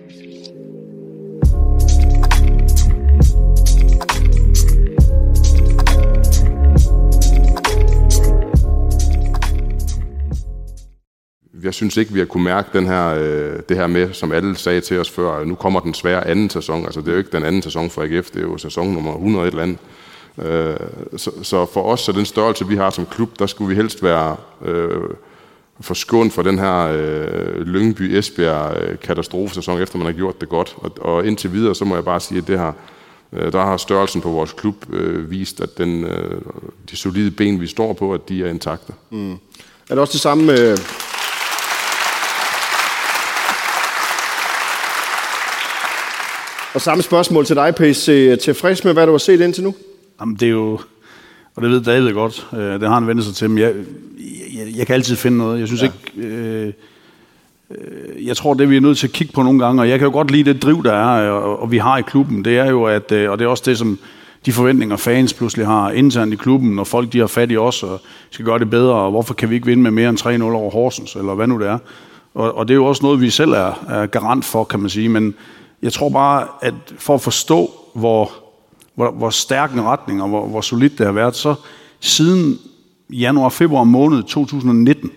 Jeg synes ikke, vi har kunne mærke det her med, som alle sagde til os før, nu kommer den svære anden sæson. Altså, det er jo ikke den anden sæson for AGF, det er jo sæson nummer 100 et eller andet. Så for os, så den størrelse, vi har som klub, der skulle vi helst være forskånet for den her Lyngby-Esbjerg-katastrofesæson, efter man har gjort det godt. Og indtil videre, så må jeg bare sige, at det her, der har størrelsen på vores klub vist, at de solide ben, vi står på, at de er intakte. Mm. Er det også det samme med... Og samme spørgsmål til dig, PC. Tilfreds med, hvad du har set indtil nu? Jamen, det er jo... Og det ved David godt. Det har han vendt sig til. Men jeg kan altid finde noget. Jeg synes ikke... Jeg tror, det vi er nødt til at kigge på nogle gange, og jeg kan jo godt lide det driv, der er, og vi har i klubben, det er jo, at, og det er også det, som de forventninger, fans pludselig har internt i klubben, når folk de har fat i os, og skal gøre det bedre, og hvorfor kan vi ikke vinde med mere end 3-0 over Horsens, eller hvad nu det er. Og det er jo også noget, vi selv er garant for, kan man sige, men jeg tror bare, at for at forstå, hvor stærk en retning, og hvor solidt det har været, så siden januar-februar måned 2019,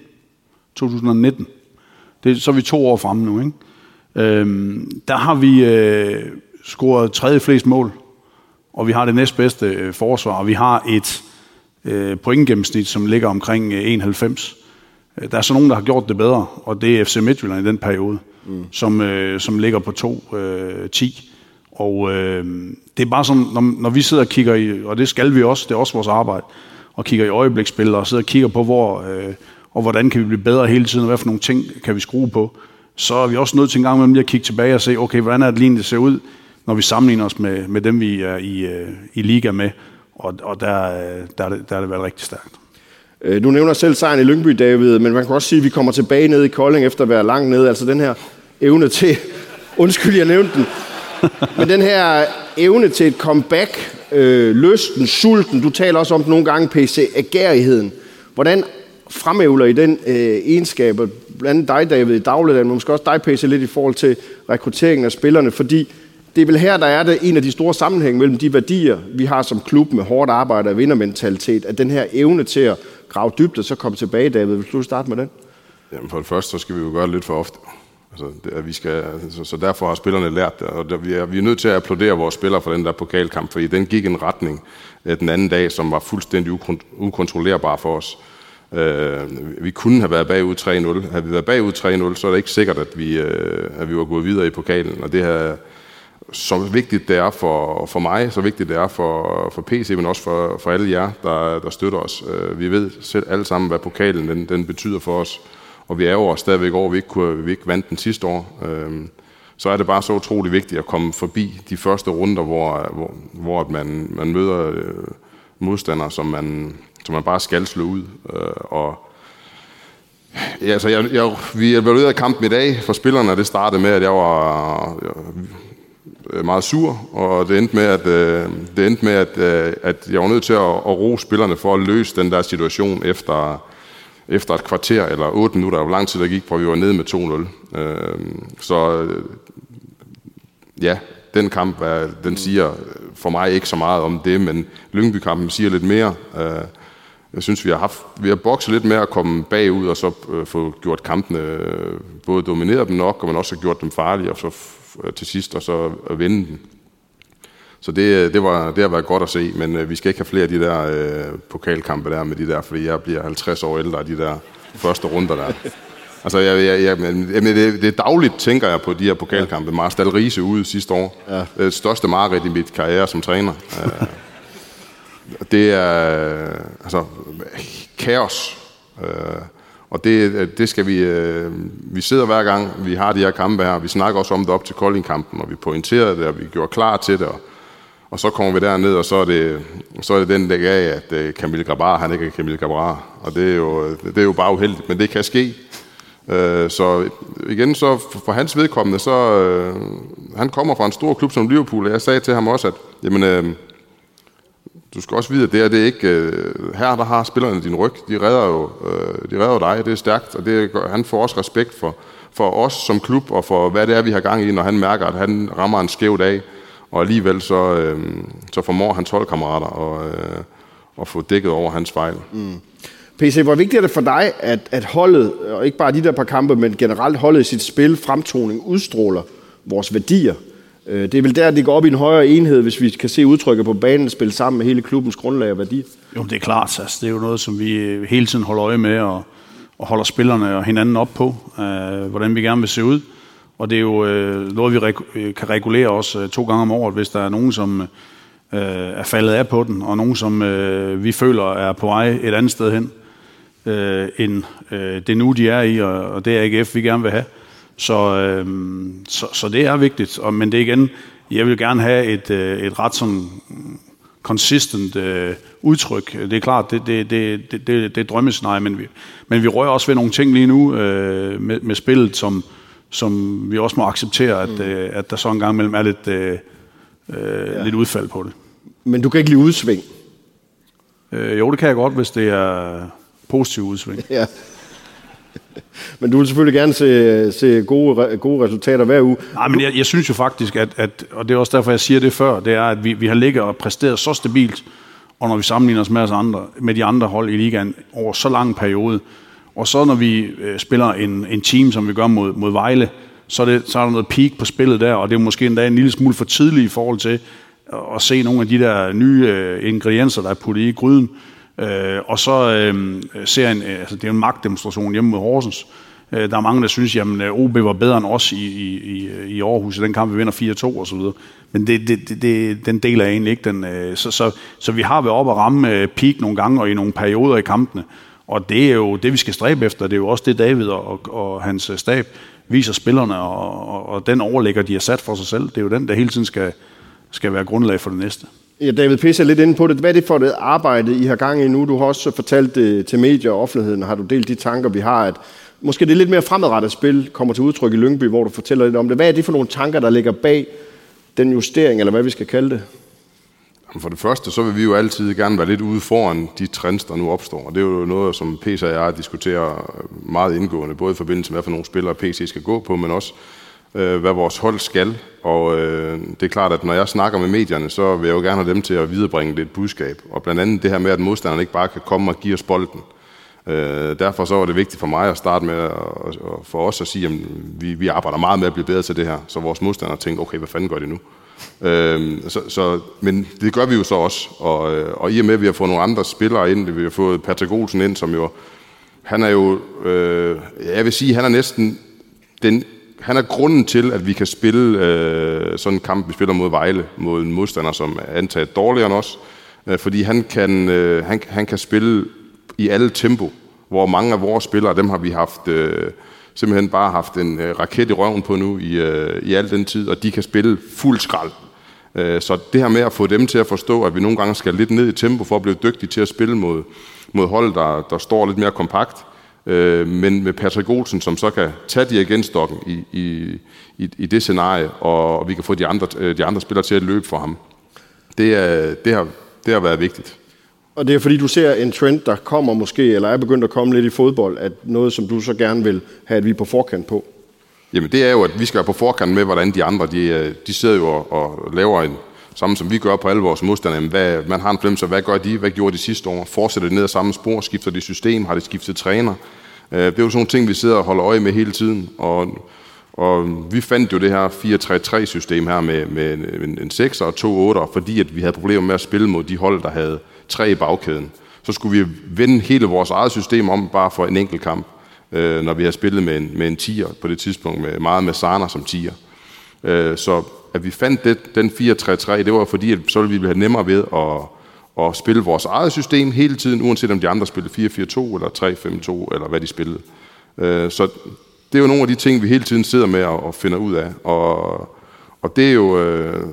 så er vi 2 år fremme nu, ikke? Der har vi scoret 3. flest mål, og vi har det næstbedste forsvar, og vi har et pointgennemsnit, som ligger omkring 91. Der er så nogen, der har gjort det bedre, og det er FC Midtjylland i den periode, som ligger på 2-10. Og det er bare sådan, når vi sidder og kigger i, og det skal vi også, det er også vores arbejde, og kigger i øjebliksbilleder og sidder og kigger på, og hvordan kan vi blive bedre hele tiden, og hvad for nogle ting kan vi skrue på, så er vi også nødt til en gang med at kigge tilbage og se, okay, hvordan er det lige, det ser ud, når vi sammenligner os med dem, vi er i liga med, og der er det været rigtig stærkt. Du nævner selv sejren i Lyngby, David, men man kan også sige, at vi kommer tilbage ned i Kolding efter at være langt nede, altså den her evne til, undskyld, jeg nævnte den, men den her evne til et comeback, lysten, sulten, du taler også om det nogle gange, PC, agerigheden. Hvordan fremævler I den egenskaber, blandt dig, David, i dagligdagen, men måske også dig, PC, lidt i forhold til rekrutteringen af spillerne, fordi det er vel her, der er det en af de store sammenhæng mellem de værdier, vi har som klub med hårdt arbejde og vindermentalitet, at den her evne til at grave dybt og så komme tilbage, David. Vil du starte med den? Jamen for det første, så skal vi jo gøre det lidt for ofte. Så derfor har spillerne lært det, og vi er nødt til at applaudere vores spillere for den der pokalkamp, fordi den gik en retning den anden dag, som var fuldstændig ukontrollerbar for os. Vi kunne have været bagud 3-0. Havde vi været bagud 3-0, så er det ikke sikkert, at vi var gået videre i pokalen, og det her, så vigtigt det er for mig, så vigtigt det er for PC, men også for alle jer, der støtter os. Vi ved selv alle sammen, hvad pokalen den betyder for os, og vi er jo stadigvæk over, vi ikke vandt den sidste år. Så er det bare så utrolig vigtigt at komme forbi de første runder, hvor man møder modstandere, som man bare skal slå ud. Vi evaluerede kampen i dag for spillerne, og det startede med, at jeg var meget sur, og det endte med, at jeg var nødt til at rose spillerne for at løse den der situation efter et kvarter eller 8 minutter, hvor lang tid der gik, hvor vi var nede med 2-0. Den kamp, den siger for mig ikke så meget om det, men Lyngby-kampen siger lidt mere. Jeg synes, vi har bokset lidt med at komme bagud, og så få gjort kampene, både domineret dem nok, og man også har gjort dem farlige, og så til sidst, og så at vinde dem. Så det har været godt at se, men vi skal ikke have flere af de der pokalkampe der med de der, fordi jeg bliver 50 år ældre af de der første runder der. Altså, det er dagligt, tænker jeg på de her pokalkampe. Marstal Riise ude sidste år. Ja. Det største mareridt i mit karriere som træner. Det er kaos. Og det skal vi sidder hver gang, vi har de her kampe her. Vi snakker også om det op til Kolding-kampen, og vi pointerede det, og vi gjorde klar til det. Og så kommer vi derned, og så er det den dag af, at Camille Grabar, han ikke er Camille Grabar. Og det er jo bare uheldigt, men det kan ske. Så igen, så for hans vedkommende, så han kommer fra en stor klub som Liverpool, og jeg sagde til ham også, at jamen, du skal også vide, at det er ikke her, der har spillerne din ryg. De redder jo dig, det er stærkt, og han får også respekt for os som klub, og for hvad det er, vi har gang i, når han mærker, at han rammer en skæv dag, og alligevel så formår hans holdkammerater at få dækket over hans fejl. PC, hvor vigtigt er det for dig, at holdet, og ikke bare de der par kampe, men generelt holdet i sit spil, fremtoning, udstråler vores værdier? Det er vel der, det går op i en højere enhed, hvis vi kan se udtrykket på banen, spille sammen med hele klubbens grundlag og værdier. Jo, det er klart. Altså, det er jo noget, som vi hele tiden holder øje med, og holder spillerne og hinanden op på, hvordan vi gerne vil se ud. Og det er jo noget, vi kan regulere også 2 gange om året, hvis der er nogen, som er faldet af på den, og nogen, som vi føler er på vej et andet sted hen, end det nu, de er i, og det er AGF, vi gerne vil have. Så det er vigtigt, men det er igen, jeg vil gerne have et ret sådan consistent udtryk. Det er klart, det er drømmescenarie, men vi rører også ved nogle ting lige nu med spillet, som vi også må acceptere, at der så en gang imellem er lidt udfald på det. Men du kan ikke lide udsving? Jo, det kan jeg godt, hvis det er positiv udsving. Ja. Men du vil selvfølgelig gerne se gode resultater hver uge. Nej, men jeg synes jo faktisk, at og det er også derfor, jeg siger det før, det er, at vi har ligget og præsteret så stabilt, og når vi sammenligner os med de andre hold i ligaen over så lang en periode, og så når vi spiller en team, som vi gør mod Vejle, så er der noget peak på spillet der, og det er måske endda en lille smule for tidligt i forhold til at se nogle af de der nye ingredienser, der er puttet i gryden. Og så ser altså det er en magtdemonstration hjemme mod Horsens. Der er mange, der synes, at OB var bedre end os i Aarhus i den kamp, vi vinder 4-2 og så videre. Men den deler jeg egentlig ikke. Så vi har været oppe at ramme peak nogle gange og i nogle perioder i kampene. Og det er jo det, vi skal stræbe efter. Det er jo også det, David og hans stab viser spillerne, og den overlægger, de har sat for sig selv. Det er jo den, der hele tiden skal være grundlag for det næste. Ja, David P.C. lidt inde på det. Hvad er det for et arbejde, I har gang i nu? Du har også fortalt det til medier og offentligheden. Har du delt de tanker, vi har, at måske det lidt mere fremadrettet spil kommer til udtryk i Lyngby, hvor du fortæller lidt om det. Hvad er det for nogle tanker, der ligger bag den justering, eller hvad vi skal kalde det? For det første, så vil vi jo altid gerne være lidt ude foran de trends, der nu opstår. Og det er jo noget, som PC og jeg diskuterer meget indgående, både i forbindelse med, hvad for nogle spillere PC skal gå på, men også hvad vores hold skal. Og det er klart, at når jeg snakker med medierne, så vil jeg jo gerne have dem til at viderebringe lidt budskab. Og blandt andet det her med, at modstanderen ikke bare kan komme og give os bolden. Derfor så var det vigtigt for mig at starte med for os at sige, at vi arbejder meget med at blive bedre til det her. Så vores modstandere tænkte, okay, hvad fanden gør de nu? Men det gør vi jo så også. Og i og med, at vi har fået nogle andre spillere ind, vi har fået Patrick Olsen ind, som jo, han er jo, jeg vil sige, han er næsten han er grunden til, at vi kan spille sådan en kamp, vi spiller mod Vejle, mod en modstander, som er antaget dårligere end os. Fordi han kan spille i alle tempo, hvor mange af vores spillere, dem har vi haft simpelthen bare haft en raket i røven på nu i al den tid, og de kan spille fuld skrald. Så det her med at få dem til at forstå, at vi nogle gange skal lidt ned i tempo for at blive dygtige til at spille mod hold, der står lidt mere kompakt, men med Patrick Olsen, som så kan tage dirigentstokken i det scenarie, og vi kan få de andre spillere til at løbe for ham. Det har været vigtigt. Og det er fordi, du ser en trend, der kommer måske, eller er begyndt at komme lidt i fodbold, at noget, som du så gerne vil have, at vi er på forkant på? Jamen det er jo, at vi skal være på forkant med, hvordan de andre, de sidder jo og laver en samme som vi gør på alle vores modstandere. Man har en fornemmelse af, hvad gør de? Hvad gjorde de sidste år? Fortsætter de ned ad samme spor? Skifter de system? Har de skiftet træner? Det er jo sådan nogle ting, vi sidder og holder øje med hele tiden. Og vi fandt jo det her 4-3-3-system her med en 6'er og 2 8'er, fordi at vi havde problemer med at spille mod de hold, der havde 3 i bagkæden. Så skulle vi vende hele vores eget system om bare for en enkelt kamp, når vi havde spillet med en 10'er på det tidspunkt, meget med Sarner som 10'er. Så at vi fandt den 4-3-3, det var fordi, at så ville vi have nemmere ved at spille vores eget system hele tiden, uanset om de andre spillede 4-4-2 eller 3-5-2, eller hvad de spillede. Så det er jo nogle af de ting, vi hele tiden sidder med og finder ud af. Og det er jo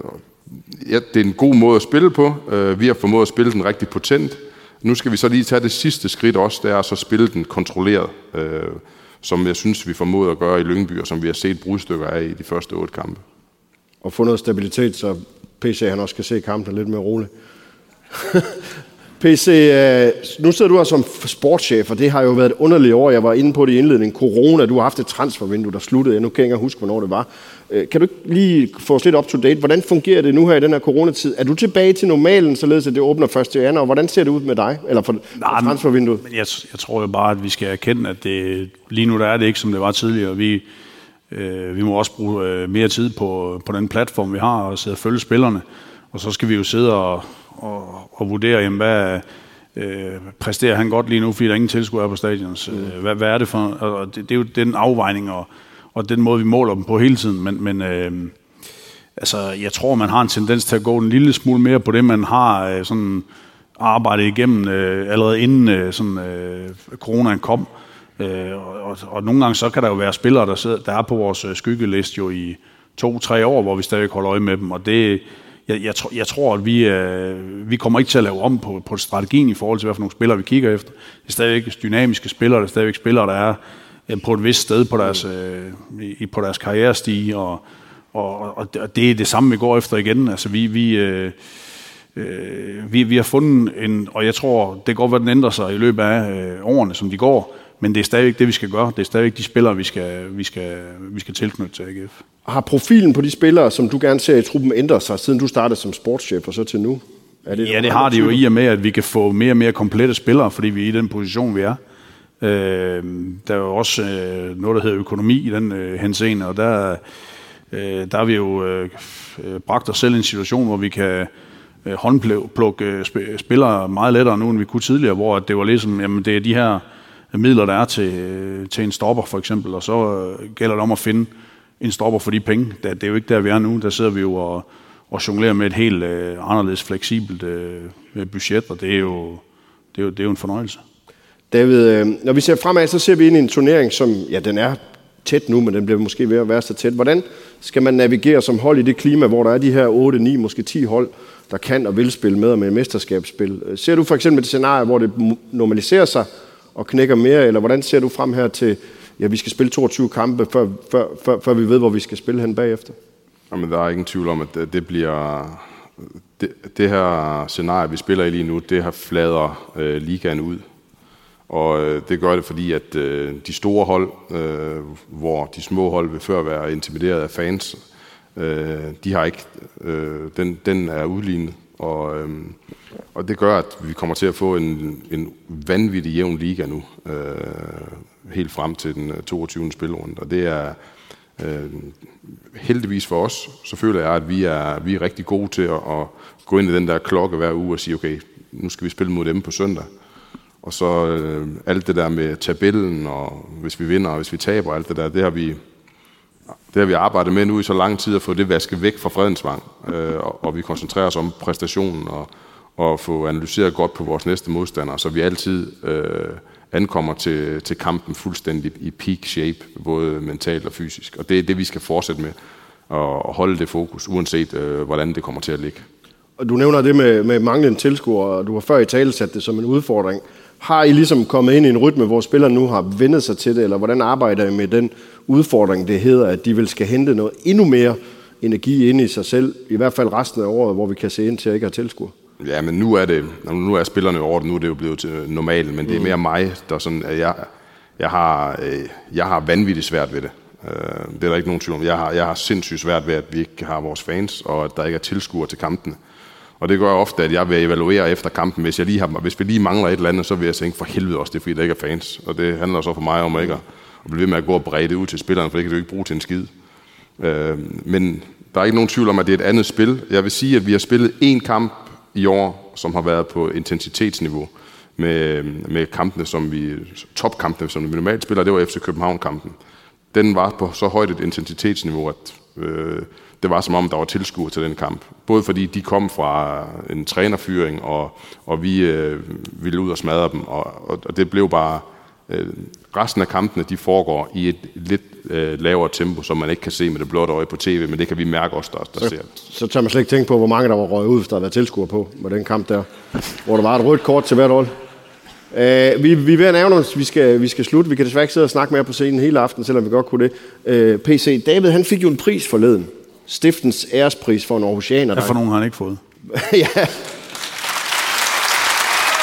det er en god måde at spille på. Vi har formået at spille den rigtig potent. Nu skal vi så lige tage det sidste skridt også, det er så spille den kontrolleret, som jeg synes, vi formåede at gøre i Lyngby, og som vi har set brudstykker af i de første 8 kampe. Og få noget stabilitet, så PC han også kan se kampen lidt mere roligt. PC, nu sidder du her som sportschef, og det har jo været et underligt år. Jeg var inde på det i indledningen. Corona, du har haft et transfervindue, der sluttede. Jeg nu kan ikke huske, hvornår det var. Kan du ikke lige få os lidt up to date? Hvordan fungerer det nu her i den her coronatid? Er du tilbage til normalen, således at det åbner 1. januar? Hvordan ser det ud med dig? Eller for transfervinduet? Men jeg tror jo bare, at vi skal erkende, at lige nu der er det ikke, som det var tidligere. Vi må også bruge mere tid på den platform, vi har, og sidde og følge spillerne. Og så skal vi jo sidde og vurdere, jamen, hvad præsterer han godt lige nu, fordi der er ingen tilskuere på stadion. Hvad er det for? Og det er jo den afvejning og den måde, vi måler dem på hele tiden. Men altså, jeg tror, man har en tendens til at gå en lille smule mere på det, man har sådan arbejdet igennem allerede inden coronaen kom. Og nogle gange så kan der jo være spillere, der er på vores skyggeliste jo i 2-3 år, hvor vi stadig holder øje med dem. Og det, jeg tror, at vi kommer ikke til at lave om på strategien i forhold til, hvad for nogle spillere vi kigger efter. Det er stadigvæk dynamiske spillere, det er stadigvæk spillere, der er på et vist sted på deres karrierestige, og det er det samme, vi går efter igen. Altså vi har fundet og jeg tror, det kan godt være, den ændrer sig i løbet af årene, som de går, men det er stadigvæk det, vi skal gøre. Det er stadigvæk de spillere, vi skal tilknytte til AGF. Har profilen på de spillere, som du gerne ser i truppen, ændret sig, siden du startede som sportschef og så til nu? Det har det jo i og med, at vi kan få mere og mere komplette spillere, fordi vi er i den position, vi er. Der er jo også noget, der hedder økonomi i den henseende, og der har vi jo bragt os selv i en situation, hvor vi kan håndplukke spillere meget lettere nu, end vi kunne tidligere, hvor det var ligesom, jamen det er de her midler, der er til en stopper for eksempel, og så gælder det om at finde en stopper for de penge. Det er jo ikke der, vi er nu. Der sidder vi jo og jonglerer med et helt anderledes fleksibelt budget, og det er jo en fornøjelse. David, når vi ser fremad, så ser vi ind i en turnering, som, ja, den er tæt nu, men den bliver måske ved at være så tæt. Hvordan skal man navigere som hold i det klima, hvor der er de her 8, 9, måske 10 hold, der kan og vil spille med og med mesterskabsspil? Ser du for eksempel et scenarie, hvor det normaliserer sig og knækker mere, eller hvordan ser du frem her til, ja, vi skal spille 22 kampe, før vi ved, hvor vi skal spille hen bagefter? Jamen, der er ingen tvivl om, at det bliver... Det her scenarie, vi spiller i lige nu, det har flader ligaen ud. Og det gør det, fordi at de store hold, hvor de små hold vil før være intimideret af fans, de har ikke... Den er udlignet. Og det gør, at vi kommer til at få en vanvittig jævn liga nu, helt frem til den 22. spilrunde. Og det er heldigvis for os, så føler jeg, at vi er rigtig gode til at gå ind i den der klokke hver uge og sige, okay, nu skal vi spille mod dem på søndag. Og så alt det der med tabellen, og hvis vi vinder, og hvis vi taber, alt det der, det har vi arbejdet med nu i så lang tid, at få det vasket væk fra Fredensvang. Og vi koncentrerer os om præstationen og få analyseret godt på vores næste modstandere, så vi altid ankommer til kampen fuldstændig i peak shape, både mentalt og fysisk. Og det er det, vi skal fortsætte med, at holde det fokus, uanset hvordan det kommer til at ligge. Og du nævner det med manglende tilskuere, og du har før i tale sat det som en udfordring. Har I ligesom kommet ind i en rytme, hvor spillerne nu har vendt sig til det, eller hvordan arbejder I med den udfordring, det hedder, at de vil skal hente noget endnu mere energi ind i sig selv, i hvert fald resten af året, hvor vi kan se ind til at ikke have tilskuere? Ja, men nu er spillerne over det, nu er det jo blevet til normalt, men det er mere mig, der sådan, at jeg har vanvittigt svært ved det. Det er der ikke nogen tvivl om. Jeg har sindssygt svært ved, at vi ikke har vores fans, og at der ikke er tilskuere til kampene. Og det gør ofte, at jeg vil evaluere efter kampen. Hvis vi lige mangler et eller andet, så vil jeg tænke, for helvede også, det er fordi, der ikke er fans. Og det handler så for mig om ikke at blive ved med at gå og brede det ud til spillerne, for det kan du ikke bruge til en skid. Men der er ikke nogen tvivl om, at det er et andet spil. Jeg vil sige, at vi har spillet én kamp i år, som har været på intensitetsniveau med kampene, topkampene, som vi normalt spiller. Det var FC København-kampen. Den var på så højt et intensitetsniveau, at det var som om, der var tilskuere til den kamp. Både fordi de kom fra en trænerfyring, og vi ville ud og smadre dem. Og det blev bare... resten af kampene, de foregår i et lidt lavere tempo, som man ikke kan se med det blotte øje på tv, men det kan vi mærke også, der ser. Så tør man slet ikke tænke på, hvor mange der var røget ud, hvis der havde været tilskuere på med den kamp der, hvor der var et rødt kort til hvert hold. Vi er ved at nævne os, vi skal slutte. Vi kan desværre ikke sidde og snakke mere på scenen hele aften, selvom vi godt kunne det. PC, David, han fik jo en pris forleden. Stiftens ærespris for en aarhusianer. Ja, for nogen har han ikke fået. Ja.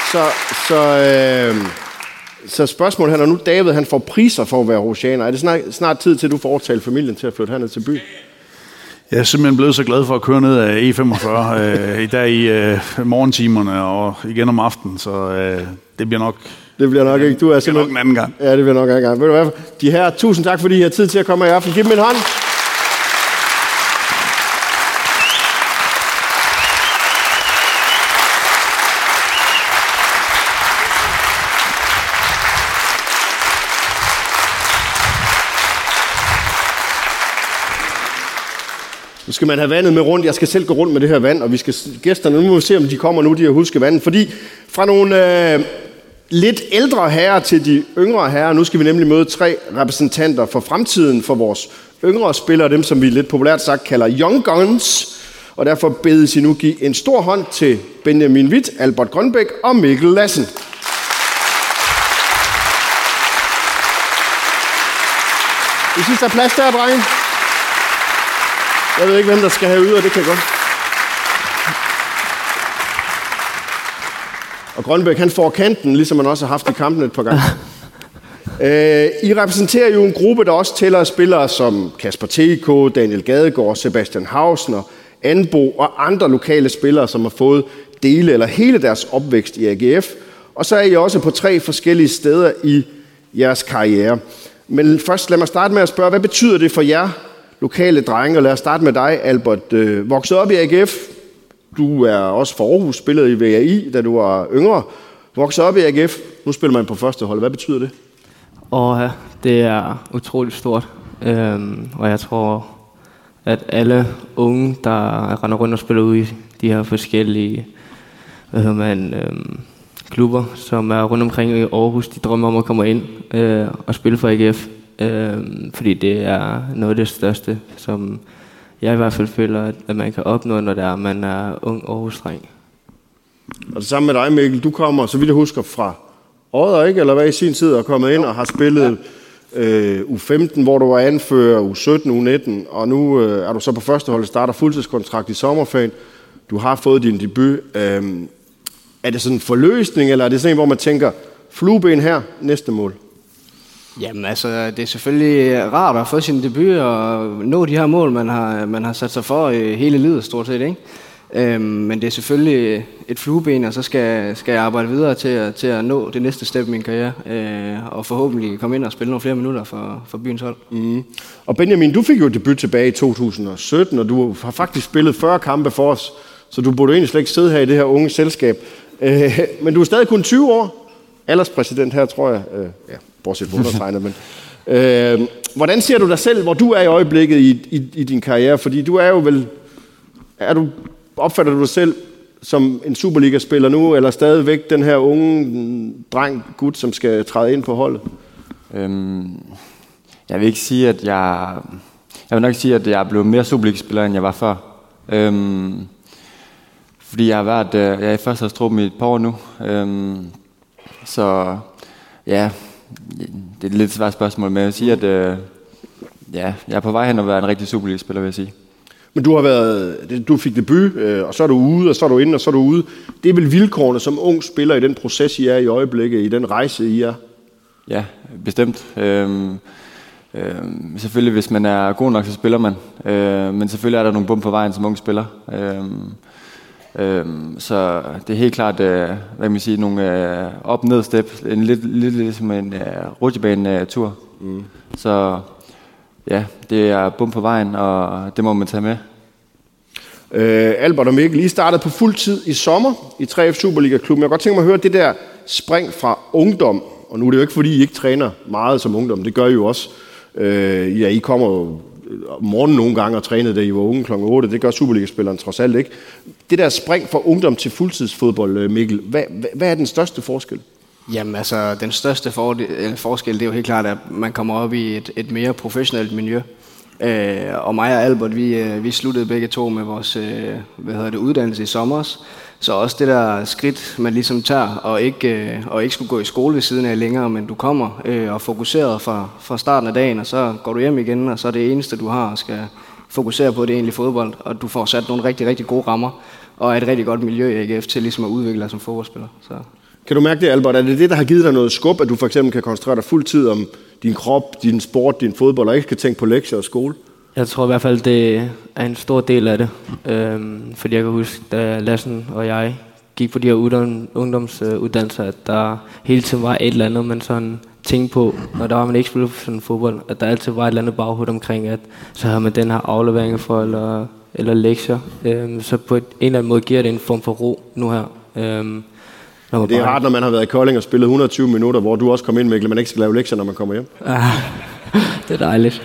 Så spørgsmålet her, når nu David han får priser for at være aarhusianer, er det snart tid til, at du får overtalt familien til at flytte herned til byen? Jeg er simpelthen blevet så glad for at køre ned af E45 i dag i morgentimerne og igen om aftenen, så det bliver nok... Det bliver nok ikke. Du er simpelthen... nok en anden gang. Ja, det bliver nok en anden gang. Ved du hvad? De her, tusind tak, fordi I har tid til at komme i aften. Giv dem en hånd. Nu skal man have vandet med rundt. Jeg skal selv gå rundt med det her vand, og vi skal gæsterne, nu må vi se, om de kommer nu, de har husket vandet. Fordi fra nogle lidt ældre herrer til de yngre herrer, nu skal vi nemlig møde 3 repræsentanter for fremtiden for vores yngre spillere, dem som vi lidt populært sagt kalder Young Guns. Og derfor bedes I nu give en stor hånd til Benjamin Hvidt, Albert Grønbæk og Mikkel Lassen. I synes, der er plads der, drenge? Jeg ved ikke, hvem der skal have ud, og det kan godt. Og Grønbæk, han får kanten, ligesom man også har haft i kampen et par gange. I repræsenterer jo en gruppe, der også tæller spillere som Kasper TK, Daniel Gadegaard, Sebastian Hausner, Anbo og andre lokale spillere, som har fået dele eller hele deres opvækst i AGF. Og så er I også på 3 forskellige steder i jeres karriere. Men først lad mig starte med at spørge, hvad betyder det for jer lokale drenge? Og lad os starte med dig, Albert. Vokset op i AGF. Du er også for Aarhus, spillet i VAI, da du var yngre. Vokset op i AGF. Nu spiller man på første hold. Hvad betyder det? Ja, det er utroligt stort. Og jeg tror, at alle unge, der render rundt og spiller ud i de her forskellige klubber, som er rundt omkring i Aarhus, de drømmer om at komme ind og spille for AGF. Fordi det er noget af det største, som jeg i hvert fald føler, at man kan opnå, når man er ung Aarhus-dreng. Og det samme med dig, Mikkel. Du kommer, så vidt jeg husker, fra Odder, ikke? Eller hvad i sin tid, og kommet ind og har spillet U15, hvor du var anfører, U17, U19, og nu er du så på første hold, starter fuldtidskontrakt i sommerferien. Du har fået din debut. Er det sådan en forløsning, eller er det sådan en, hvor man tænker, flueben her, næste mål? Jamen altså, det er selvfølgelig rart at få sin debut og nå de her mål, man har sat sig for hele livet stort set, ikke? Men det er selvfølgelig et flueben, og så skal jeg arbejde videre til at nå det næste step i min karriere, og forhåbentlig komme ind og spille nogle flere minutter for byens hold. Mm. Og Benjamin, du fik jo debut tilbage i 2017, og du har faktisk spillet 40 kampe for os, så du burde egentlig slet ikke sidde her i det her unge selskab. Men du er stadig kun 20 år, alderspræsident her, tror jeg. Ja, bortset på undertegnet, men... hvordan ser du dig selv, hvor du er i øjeblikket i din karriere? Fordi du er jo vel... Opfatter du dig selv som en Superliga-spiller nu, eller stadigvæk den her unge dreng, gut, som skal træde ind på holdet? Jeg vil ikke sige, at jeg vil nok sige, at jeg er blevet mere Superliga-spiller, end jeg var før. Fordi jeg er i førsteholdstruppen i et par år nu. Så ja, det er et lidt svært spørgsmål, men jeg vil sige, at jeg er på vej hen at være en rigtig Superliga-spiller, vil jeg sige. Men du fik debut, og så er du ude, og så er du inde, og så er du ude. Det er vel vilkårene som ung spiller i den proces, I er i øjeblikket, i den rejse, I er? Ja, bestemt. Selvfølgelig, hvis man er god nok, så spiller man. Men selvfølgelig er der nogle bump på vejen som ung spiller. Så det er helt klart, hvad kan man sige, nogle op-ned step, en lidt ligesom en rutsjebane-tur. Mm. Så ja, det er bump på vejen, og det må man tage med. Albert og Mikkel, I startede på fuld tid i sommer i 3F Superliga-klubben. Jeg kan godt tænke mig at høre det der spring fra ungdom, og nu er det jo ikke fordi, I ikke træner meget som ungdom, det gør I jo også. Ja, I kommer jo om morgenen nogle gange og trænede, da I var unge kl. 8, det gør Superliga-spilleren trods alt ikke. Det der spring fra ungdom til fuldtidsfodbold, Mikkel, hvad er den største forskel? Jamen altså, den største forskel, det er jo helt klart, at man kommer op i et mere professionelt miljø. Og mig og Albert, vi sluttede begge to med vores uddannelse i sommer. Så også det der skridt, man ligesom tager, og ikke skulle gå i skole ved siden af længere, men du kommer og fokuseret fra starten af dagen, og så går du hjem igen, og så er det eneste, du har og skal fokusere på, det er egentlig fodbold. Og du får sat nogle rigtig, rigtig gode rammer, og et rigtig godt miljø i AGF til ligesom at udvikle dig som fodboldspiller. Så. Kan du mærke det, Albert? Er det det, der har givet dig noget skub, at du for eksempel kan koncentrere dig fuldtid om din krop, din sport, din fodbold, og ikke kan tænke på lektier og skole? Jeg tror i hvert fald, det er en stor del af det. Fordi jeg kan huske, da Lassen og jeg gik på de her ungdomsuddannelser, at der hele tiden var et eller andet, man sådan tænkte på, når der var man ikke spillet sådan fodbold, at der altid var et eller andet baghoved omkring, at så havde man den her aflevering for, eller lektier. Så på en eller anden måde giver det en form for ro nu her. Det er rart, når man har været i Kolding og spillet 120 minutter, hvor du også kom ind, Mikkel, man ikke skal lave lektier, når man kommer hjem. Det er dejligt.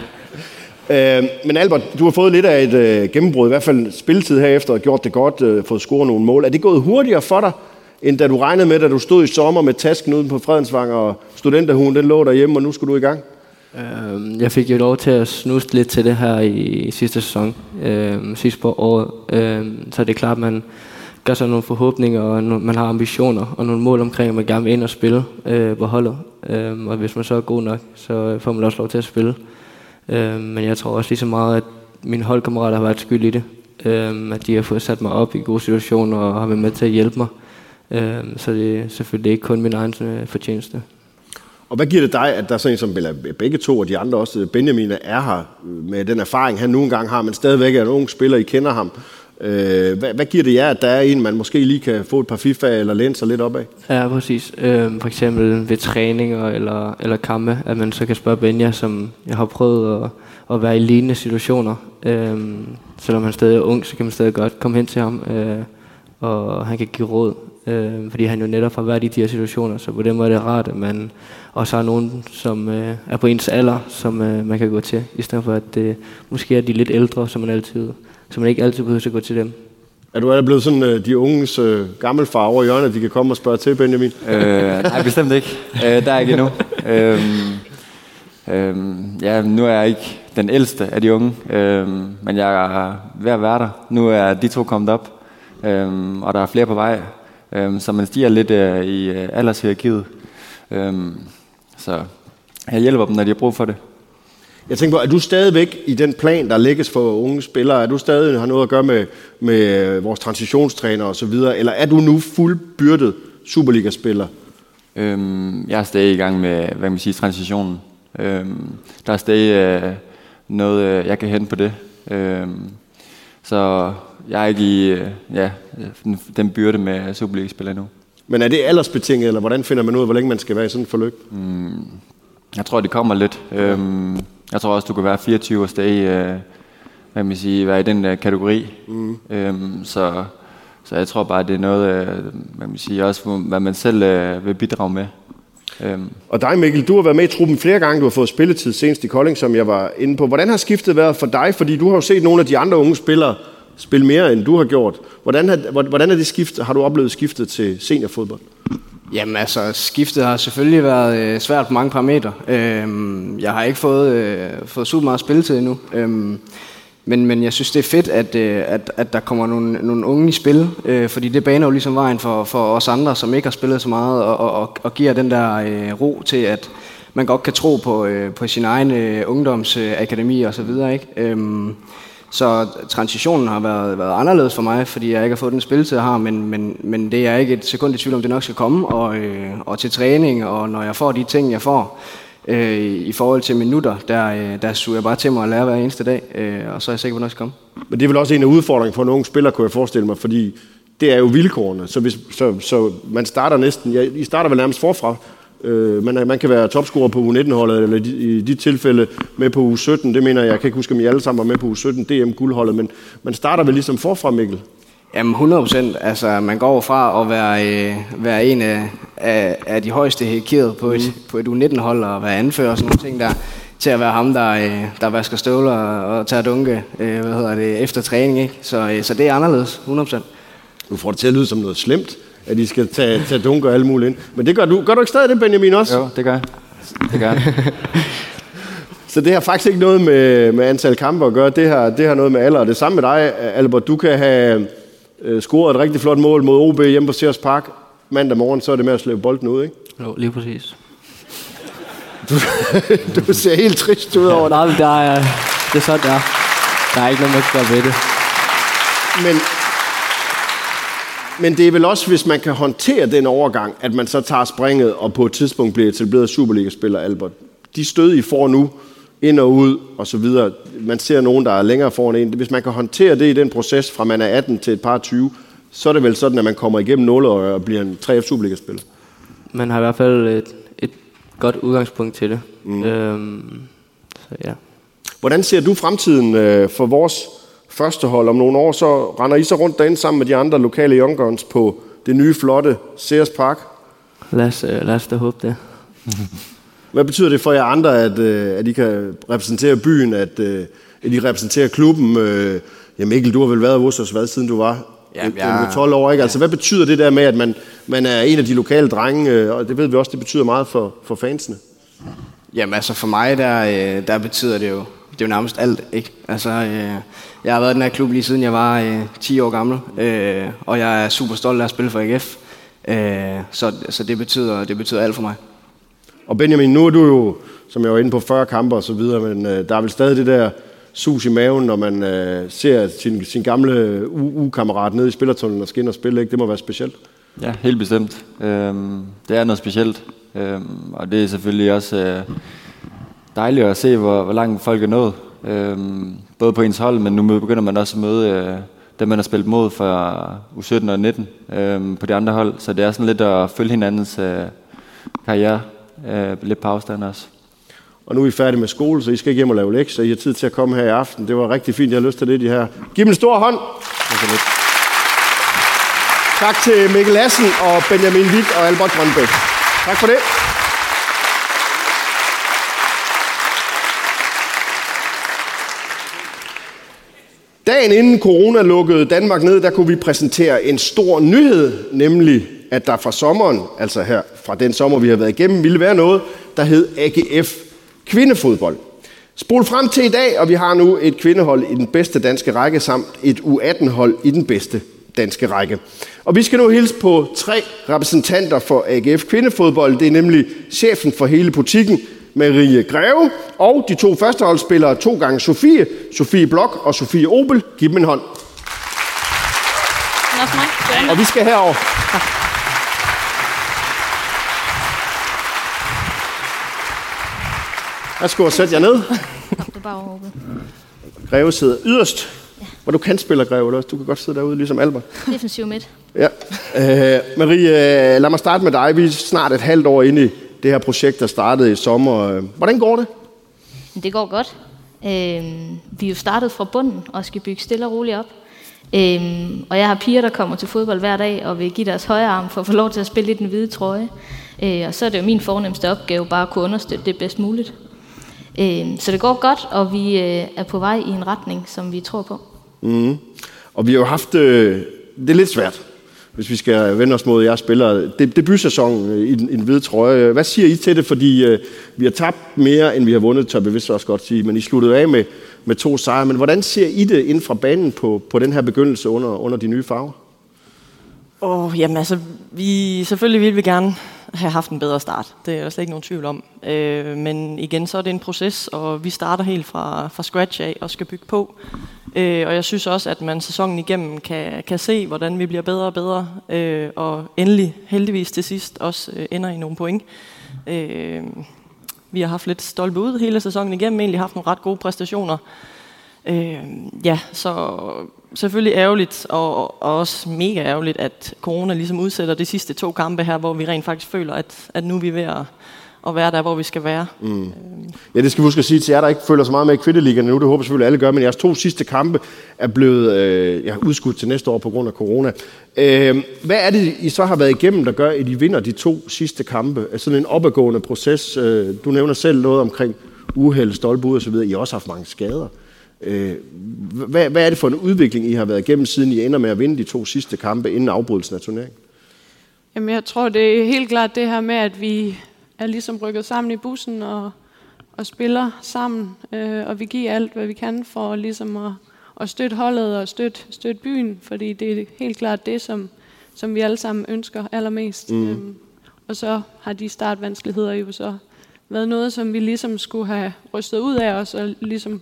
Men Albert, du har fået lidt af et gennembrud, i hvert fald spilletid herefter, og gjort det godt, fået scoret nogle mål. Er det gået hurtigere for dig, end da du regnede med, da du stod i sommer med tasken ude på Fredensvang, og studenterhugen, den lå derhjemme, og nu skulle du i gang? Jeg fik jo lov til at snuse lidt til det her i sidste sæson, sidst på året. Så det er klart, at man gør sig nogle forhåbninger, og man har ambitioner og nogle mål omkring, at man gerne vil ind og spille på holdet. Og hvis man så er god nok, så får man også lov til at spille. Men jeg tror også lige så meget, at mine holdkammerater har været skyld i det. At de har fået sat mig op i gode situationer og har været med til at hjælpe mig. Så det er selvfølgelig ikke kun min egen fortjeneste. Og hvad giver det dig, at der er sådan en som begge to og de andre også, Benjamin er her med den erfaring, han nogle gange har, men stadigvæk er en ung spiller, I kender ham. Hvad giver det jer, at der er en, man måske lige kan få et par FIFA eller læne sig lidt op af? Ja, præcis. For eksempel ved træninger eller kampe, at man så kan spørge Benja, som jeg har prøvet at være i lignende situationer. Selvom han stadig er ung, så kan man stadig godt komme hen til ham, og han kan give råd. Fordi han jo netop har været i de her situationer, så på den måde er det rart, at man også har nogen, som er på ens alder, som man kan gå til, i stedet for at det måske er de lidt ældre, så man ikke altid behøver at gå til dem. Er du blevet sådan de unges gammelfar over i hjørnet, de kan komme og spørge til, Benjamin? Nej, bestemt ikke. Der er ikke endnu. Nu er jeg ikke den ældste af de unge, men jeg er ved at være der. Nu er de to kommet op, og der er flere på vej, så man stiger lidt i aldershierarkiet. Så jeg hjælper dem, når de har brug for det. Jeg tænker på, er du stadigvæk i den plan, der lægges for unge spillere? Er du stadig har noget at gøre med vores transitionstræner og så videre? Eller er du nu fuldbyrdet Superliga-spiller? Jeg er stadig i gang med, transitionen. Der er stadig noget, jeg kan hente på det. Så jeg er ikke i den byrde med Superliga-spiller nu. Men er det aldersbetinget, eller hvordan finder man ud af, hvor længe man skal være i sådan et forløb? Jeg tror, det kommer lidt. Jeg tror også, du kan være 24 og stadig være i den kategori. Så jeg tror bare, det er noget, også hvad man selv vil bidrage med. Og dig, Mikkel, du har været med i truppen flere gange. Du har fået spilletid senest i Kolding, som jeg var inde på. Hvordan har skiftet været for dig? Fordi du har jo set nogle af de andre unge spillere spille mere, end du har gjort. Hvordan er det skiftet? Har du oplevet skiftet til seniorfodbold? Jamen altså, skiftet har selvfølgelig været svært på mange parametre. Jeg har ikke fået super meget spilletid endnu. Men jeg synes, det er fedt, at der kommer nogle unge i spil, fordi det baner jo ligesom vejen for os andre, som ikke har spillet så meget, og giver den der ro til, at man godt kan tro på sin egen ungdomsakademi og så videre, ikke? Så transitionen har været anderledes for mig, fordi jeg ikke har fået den spilletid, jeg har, men det er jeg ikke et sekund i tvivl om, det nok skal komme, og til træning, og når jeg får de ting, jeg får, i forhold til minutter, der suger jeg bare til mig at lære hver eneste dag, og så er jeg sikker på, at det nok skal komme. Men det er vel også en af udfordringerne for en ung spiller, kunne jeg forestille mig, fordi det er jo vilkårene, så man starter næsten, I starter vel nærmest forfra. Man kan være topscorer på U19-holdet, eller i de tilfælde med på U17, det mener jeg kan ikke huske, om I alle sammen var med på U17 DM-guldholdet, men man starter vel ligesom forfra, Mikkel? Jamen 100%. Altså, man går fra at være en af de højeste hierarkier på et U19-hold og være anfører og sådan nogle ting der, til at være ham, der vasker støvler og tager dunke efter træning, ikke? Så det er anderledes, 100%. Du får det til at lyde som noget slemt, at I skal tage dunke og alt muligt ind. Men det gør du. Gør du ikke stadig det, Benjamin, også? Jo, det gør jeg. Så det har faktisk ikke noget med antal kampe at gøre. Det har noget med alder. Og det samme med dig, Albert. Du kan have scoret et rigtig flot mål mod OB hjemme på Sears Park. Mandag morgen, så er det med at slæbe bolden ud, ikke? Jo, lige præcis. Du ser helt trist ud over det. Nej, men det er sådan, det er. Der er ikke noget, man skal gøre ved det. Men det er vel også, hvis man kan håndtere den overgang, at man så tager springet og på et tidspunkt bliver etableret Superliga-spiller, Albert. De stød, I får nu, ind og ud og så videre. Man ser nogen, der er længere foran en. Hvis man kan håndtere det i den proces, fra man er 18 til et par 20, så er det vel sådan, at man kommer igennem 0 og bliver en 3F Superliga-spiller. Man har i hvert fald et godt udgangspunkt til det. Så ja. Hvordan ser du fremtiden for vores første hold? Om nogle år, så render I så rundt derinde sammen med de andre lokale Young Guns på det nye, flotte Sears Park? Lad os da håbe det. Hvad betyder det for jer andre, at I kan repræsentere byen, at I repræsenterer klubben? Ja, Mikkel, du har vel været hos os, siden du var 12 år, ikke? Altså, hvad betyder det der med, at man er en af de lokale drenge, og det ved vi også, det betyder meget for fansene? Jamen altså for mig, der betyder det jo nærmest alt, ikke? Altså, jeg har været i den her klub lige siden jeg var 10 år gammel, og jeg er super stolt af at spille for AGF. Så det betyder alt for mig. Og Benjamin, nu er du jo, som jeg var inde på, 40 kampe og så videre, men der er vel stadig det der sus i maven, når man ser sin gamle kammerat nede i spillertunnelen og skal ind og spille, ikke? Det må være specielt. Ja, helt bestemt. Det er noget specielt, og det er selvfølgelig også dejligt at se, hvor langt folk er nået. Både på ens hold, men nu begynder man også at møde dem, man har spillet mod fra U17 og 19 på de andre hold. Så det er sådan lidt at følge hinandens karriere lidt på afstand også. Og nu er I færdige med skole, så I skal ikke hjem og lave lektier. I har tid til at komme her i aften. Det var rigtig fint, jeg har lyst til det, de her. Giv dem en stor hånd. Tak til Mikkel Lassen og Benjamin Wick og Albert Grønbæk. Tak for det. Dagen inden corona lukkede Danmark ned, der kunne vi præsentere en stor nyhed, nemlig at der fra sommeren, altså her fra den sommer, vi har været igennem, ville være noget, der hed AGF kvindefodbold. Spol frem til i dag, og vi har nu et kvindehold i den bedste danske række, samt et U18-hold i den bedste danske række. Og vi skal nu hilse på 3 repræsentanter for AGF kvindefodbold. Det er nemlig chefen for hele butikken, Marie Greve, og de 2 førsteholdsspillere, 2 gange Sofie Blok og Sofie Opel. Giv dem en hånd. Og vi skal herover. Værsgo og sæt jer ned. Det er bare overhovedet. Greve sidder yderst. Hvor du kan spille, Greve, eller? Du kan godt sidde derude, ligesom Albert. Defensiv midt. Ja. Marie, lad mig starte med dig. Vi er snart et halvt år inde i det her projekt, der startede i sommer. Hvordan går det? Det går godt. Vi er jo startet fra bunden og skal bygge stille og roligt op. Og jeg har piger, der kommer til fodbold hver dag og vil give deres højre arm for at få lov til at spille i den hvide trøje. Og så er det jo min fornemmeste opgave bare at kunne understøtte det bedst muligt. Så det går godt, og vi er på vej i en retning, som vi tror på. Mm. Og vi har jo haft det er lidt svært, hvis vi skal vende os mod jeres spillere. Debutsæson i den hvide trøje. Hvad siger I til det? Fordi vi har tabt mere, end vi har vundet, tør jeg vist også godt sige. Men I sluttede af med 2 sejre. Men hvordan ser I det inden fra banen på den her begyndelse under de nye farver? Jamen altså, selvfølgelig ville vi gerne have haft en bedre start. Det er der slet ikke nogen tvivl om. Men igen, så er det en proces, og vi starter helt fra scratch af og skal bygge på. Og jeg synes også, at man sæsonen igennem kan se, hvordan vi bliver bedre og bedre. Og endelig, heldigvis til sidst, også ender i nogle point. Vi har haft lidt stolpe ud hele sæsonen igennem, egentlig haft nogle ret gode præstationer. Så selvfølgelig ærgerligt, og også mega ærgerligt, at corona ligesom udsætter de sidste 2 kampe her, hvor vi rent faktisk føler, at nu er vi ved at være der, hvor vi skal være. Mm. Ja, det skal vi huske at sige til jer, der ikke følger så meget med i kvindeligaen nu. Det håber selvfølgelig alle gør, men jeres 2 sidste kampe er blevet udskudt til næste år på grund af corona. Hvad er det, I så har været igennem, der gør, at I vinder de 2 sidste kampe? Er sådan en opadgående proces? Du nævner selv noget omkring uheld, stolpeud og så videre. I har også haft mange skader. Hvad er det for en udvikling, I har været igennem, siden I ender med at vinde de 2 sidste kampe inden afbrydelsen af turneringen? Jamen, jeg tror, det er helt klart det her med, at vi er ligesom rykket sammen i bussen og spiller sammen. Og vi giver alt, hvad vi kan for ligesom at støtte holdet og støtte byen, fordi det er helt klart det, som vi alle sammen ønsker allermest. Og så har de startvanskeligheder jo så været noget, som vi ligesom skulle have rystet ud af os og ligesom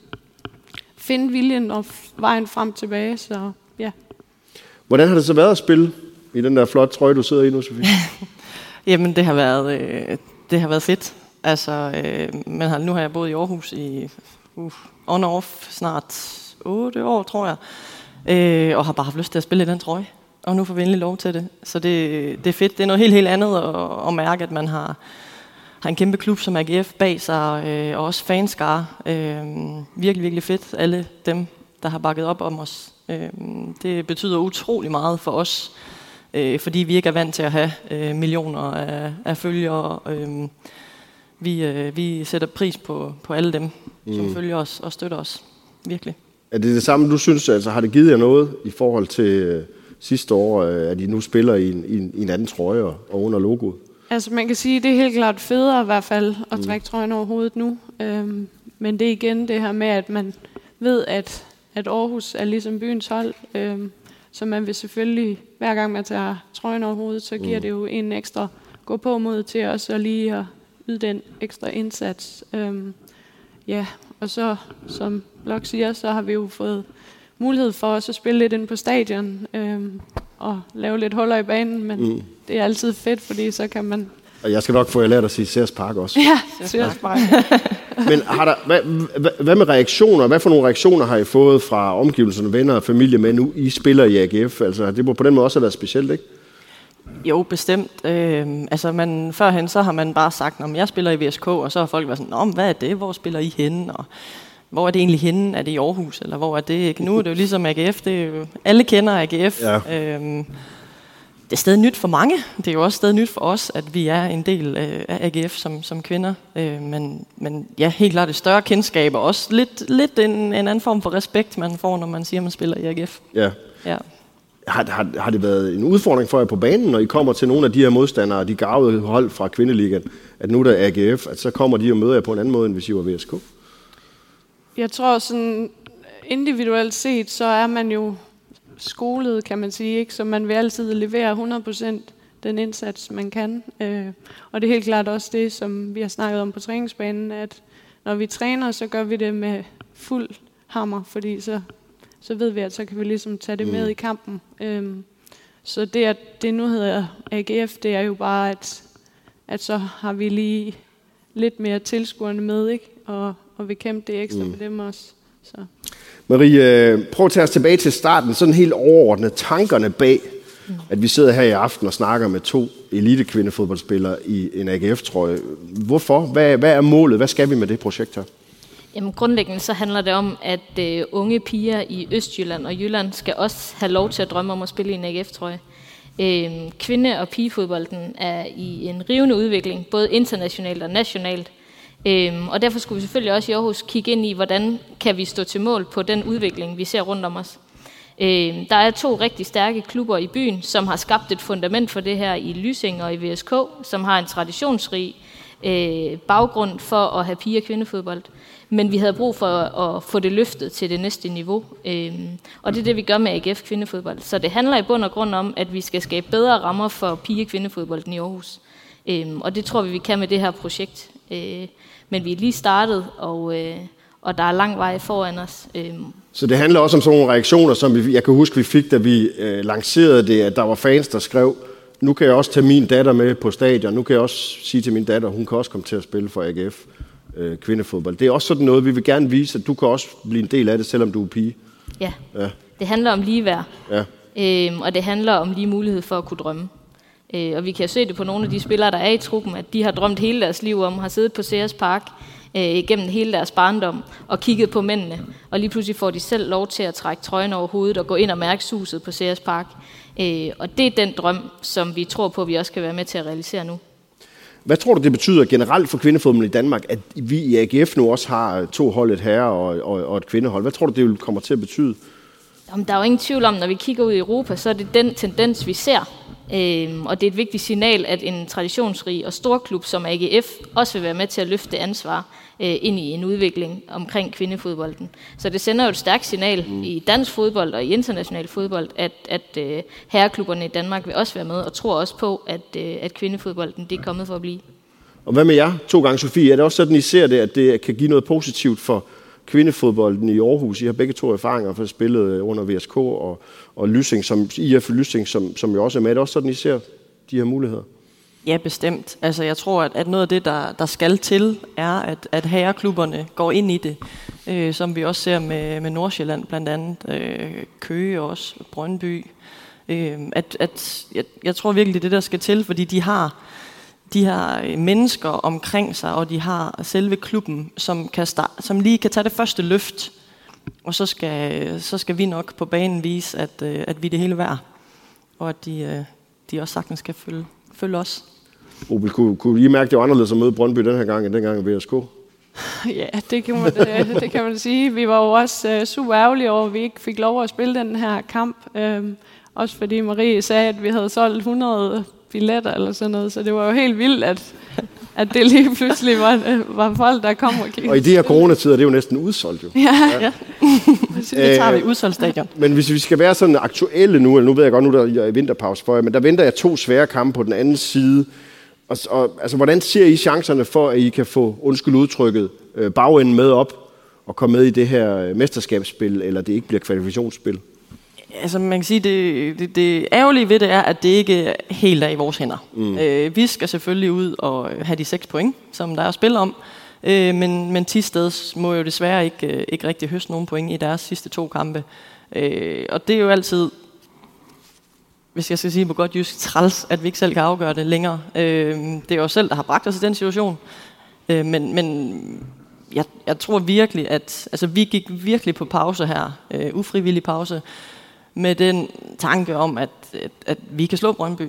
finde viljen og vejen frem tilbage, så ja. Hvordan har det så været at spille i den der flotte trøje, du sidder i nu, Sofie? Jamen, det har været fedt. Altså, men nu har jeg boet i Aarhus i on-off snart 8 år, tror jeg. Og har bare haft lyst til at spille i den trøje. Og nu får vi endelig lov til det. Så det er fedt. Det er noget helt andet at mærke, at man har en kæmpe klub som AGF bag sig, og også fanskare. Virkelig, virkelig fedt. Alle dem, der har bakket op om os. Det betyder utrolig meget for os, fordi vi ikke er vant til at have millioner af følgere. Vi sætter pris på alle dem, som følger os og støtter os. Virkelig. Er det det samme, du synes? Altså, har det givet jer noget i forhold til sidste år, at I nu spiller i en anden trøje og under logoet? Altså man kan sige, at det er helt klart federe i hvert fald at trække trøjen over hovedet nu. Men det er igen det her med, at man ved, at Aarhus er ligesom byens hold. Så man vil selvfølgelig, hver gang man tager trøjen over hovedet, så giver det jo en ekstra gå på mod til os og lige at yde den ekstra indsats. Og så, som Blok siger, så har vi jo fået mulighed for os at spille lidt ind på stadion og lave lidt huller i banen, men det er altid fedt, fordi så kan man... Og jeg skal nok få jer lært at sige Sears Park også. Ja, Sears Park. Men hvad med reaktioner? Hvad for nogle reaktioner har I fået fra omgivelserne, venner og familie med nu? I spiller i AGF, altså det må på den måde også have været specielt, ikke? Jo, bestemt. Førhen så har man bare sagt, at jeg spiller i VSK, og så har folk været sådan, hvad er det? Hvor spiller I henne? Og hvor er det egentlig henne? Er det i Aarhus? Eller hvor er det? Nu er det jo ligesom AGF. Det er jo, alle kender AGF. Ja. Det er stadig nyt for mange. Det er jo også stadig nyt for os, at vi er en del af AGF som kvinder. Men ja, helt klart et større kendskab, og også lidt en anden form for respekt, man får, når man siger, at man spiller i AGF. Ja. Har det været en udfordring for jer på banen, når I kommer til nogle af de her modstandere, de garvede hold fra Kvindeligaen, at nu der er AGF, at så kommer de og møder jer på en anden måde, end hvis I var VSK? Jeg tror sådan individuelt set, så er man jo skolet, kan man sige, ikke? Så man vil altid levere 100% den indsats, man kan. Og det er helt klart også det, som vi har snakket om på træningsbanen, at når vi træner, så gør vi det med fuld hammer, fordi så ved vi, at så kan vi ligesom tage det med i kampen. Så det, at det nu hedder AGF, det er jo bare, at så har vi lige lidt mere tilskuerne med, ikke? Og vi kæmpe det ekstra med dem også. Så. Marie, prøv at tage os tilbage til starten, sådan helt overordnet tankerne bag, at vi sidder her i aften og snakker med 2 elitekvindefodboldspillere i en AGF-trøje. Hvorfor? Hvad er målet? Hvad skal vi med det projekt her? Jamen grundlæggende så handler det om, at unge piger i Østjylland og Jylland skal også have lov til at drømme om at spille i en AGF-trøje. Kvinde- og pigefodbolden er i en rivende udvikling, både internationalt og nationalt. Og derfor skulle vi selvfølgelig også i Aarhus kigge ind i, hvordan kan vi stå til mål på den udvikling, vi ser rundt om os. Der er 2 rigtig stærke klubber i byen, som har skabt et fundament for det her i Lysing og i VSK, som har en traditionsrig baggrund for at have pige- og kvindefodbold. Men vi havde brug for at få det løftet til det næste niveau. Og det er det, vi gør med AGF kvindefodbold. Så det handler i bund og grund om, at vi skal skabe bedre rammer for pige- og kvindefodbolden i Aarhus. Og det tror vi kan med det her projekt. Men vi er lige startet, og der er lang vej foran os. Så det handler også om sådan nogle reaktioner, som jeg kan huske, vi fik, da vi lancerede det, at der var fans, der skrev, nu kan jeg også tage min datter med på stadion, nu kan jeg også sige til min datter, hun kan også komme til at spille for AGF kvindefodbold. Det er også sådan noget, vi vil gerne vise, at du kan også blive en del af det, selvom du er pige. Ja. Det handler om ligeværd, og det handler om lige mulighed for at kunne drømme. Og vi kan se det på nogle af de spillere, der er i truppen, at de har drømt hele deres liv om, har siddet på Sears Park gennem hele deres barndom og kigget på mændene. Og lige pludselig får de selv lov til at trække trøjen over hovedet og gå ind og mærke suset på Sears Park. Og det er den drøm, som vi tror på, at vi også kan være med til at realisere nu. Hvad tror du, det betyder generelt for kvindefodbold i Danmark, at vi i AGF nu også har 2 hold, et herre- og et kvindehold? Hvad tror du, det kommer til at betyde? Jamen, der er jo ingen tvivl om, når vi kigger ud i Europa, så er det den tendens, vi ser. Og det er et vigtigt signal, at en traditionsrig og stor klub som AGF også vil være med til at løfte ansvar ind i en udvikling omkring kvindefodbolden. Så det sender jo et stærkt signal i dansk fodbold og i international fodbold, at herreklubberne i Danmark vil også være med, og tror også på, at kvindefodbolden det er kommet for at blive. Og hvad med jer 2 gange, Sofie? Er det også sådan, I ser det, at det kan give noget positivt for kvindefodbolden i Aarhus. I har begge to erfaringer for at spille under VSK og Lysing, IF Lysing, som jo også er med. Er det også sådan, I ser de her muligheder? Ja, bestemt. Altså, jeg tror, at noget af det, der skal til, er, at herreklubberne går ind i det. Som vi også ser med Nordsjælland blandt andet. Køge også, Brøndby. Jeg tror virkelig, det er det, der skal til, fordi de har mennesker omkring sig, og de har selve klubben, som lige kan tage det første løft. Og så skal vi nok på banen vise, at vi er det hele værd. Og at de også sagtens skal følge os. Obel, kunne I mærke, det var anderledes at møde Brøndby den her gang, end dengang i VSK? Ja, det kan man sige. Vi var jo også super ærgerlige over, at vi ikke fik lov at spille den her kamp. Også fordi Marie sagde, at vi havde solgt 100 billetter eller sådan noget. Så det var jo helt vildt, at det lige pludselig var folk, der kom og kiggede. Og i de her coronatider, det er jo næsten udsolgt jo. Ja. Det tager vi udsolgt stadion. Men hvis vi skal være sådan aktuelle nu ved jeg godt, nu der er vinterpause for jer, men der venter jeg 2 svære kampe på den anden side. Og altså, hvordan ser I chancerne for, at I kan få, undskyld udtrykket, bagenden med op og komme med i det her mesterskabsspil, eller det ikke bliver kvalifikationsspil? Altså man kan sige, det ærgerlige ved det er, at det ikke helt er i vores hænder. Vi skal selvfølgelig ud og have de 6 point, som der er at spille om. Men Thisted må jo desværre ikke rigtig høste nogen point i deres sidste 2 kampe. Og det er jo altid, hvis jeg skal sige på godt jysk, træls, at vi ikke selv kan afgøre det længere. Det er jo selv, der har bragt os i den situation. Men jeg tror virkelig, at vi gik virkelig på pause her, ufrivillig pause, med den tanke om, at vi kan slå Brøndby.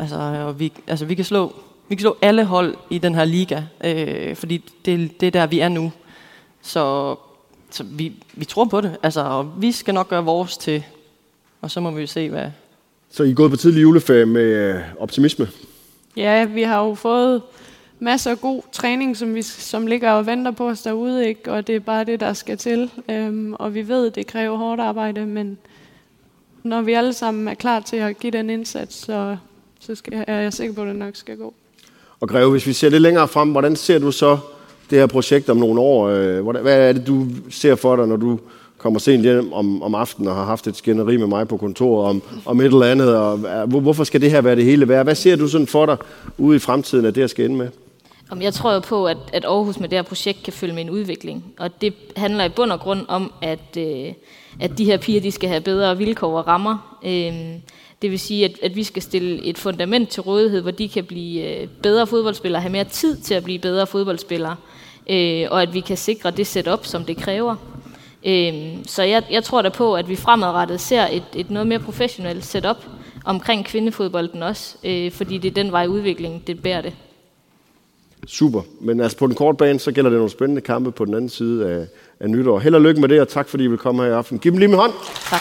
Vi kan slå alle hold i den her liga, fordi det er der, vi er nu. Så vi tror på det, og vi skal nok gøre vores til, og så må vi jo se, hvad... Så I er gået på tidlig juleferie med optimisme? Ja, vi har jo fået masser af god træning, som ligger og venter på os derude, ikke? Og det er bare det, der skal til. Og vi ved, det kræver hårdt arbejde, men når vi alle sammen er klar til at give den indsats, så er jeg sikker på, at det nok skal gå. Og Greve, hvis vi ser lidt længere frem, hvordan ser du så det her projekt om nogle år? Hvad er det, du ser for dig, når du kommer sent hjem om aftenen og har haft et skænderi med mig på kontoret om et eller andet? Og hvorfor skal det her være det hele værd? Hvad ser du sådan for dig ude i fremtiden, at det her skal ende med? Jeg tror jo på, at Aarhus med det her projekt kan følge med en udvikling. Og det handler i bund og grund om, at de her piger, de skal have bedre vilkår og rammer. Det vil sige, at vi skal stille et fundament til rådighed, hvor de kan blive bedre fodboldspillere, have mere tid til at blive bedre fodboldspillere, og at vi kan sikre det setup, som det kræver. Så jeg tror da på, at vi fremadrettet ser et noget mere professionelt setup omkring kvindefodbolden også, fordi det er den vej udviklingen, det bærer det. Super, men altså på den korte bane, så gælder det nogle spændende kampe på den anden side af nytår. Held og lykke med det, og tak fordi I vil komme her i aften. Giv dem lige min hånd. Tak.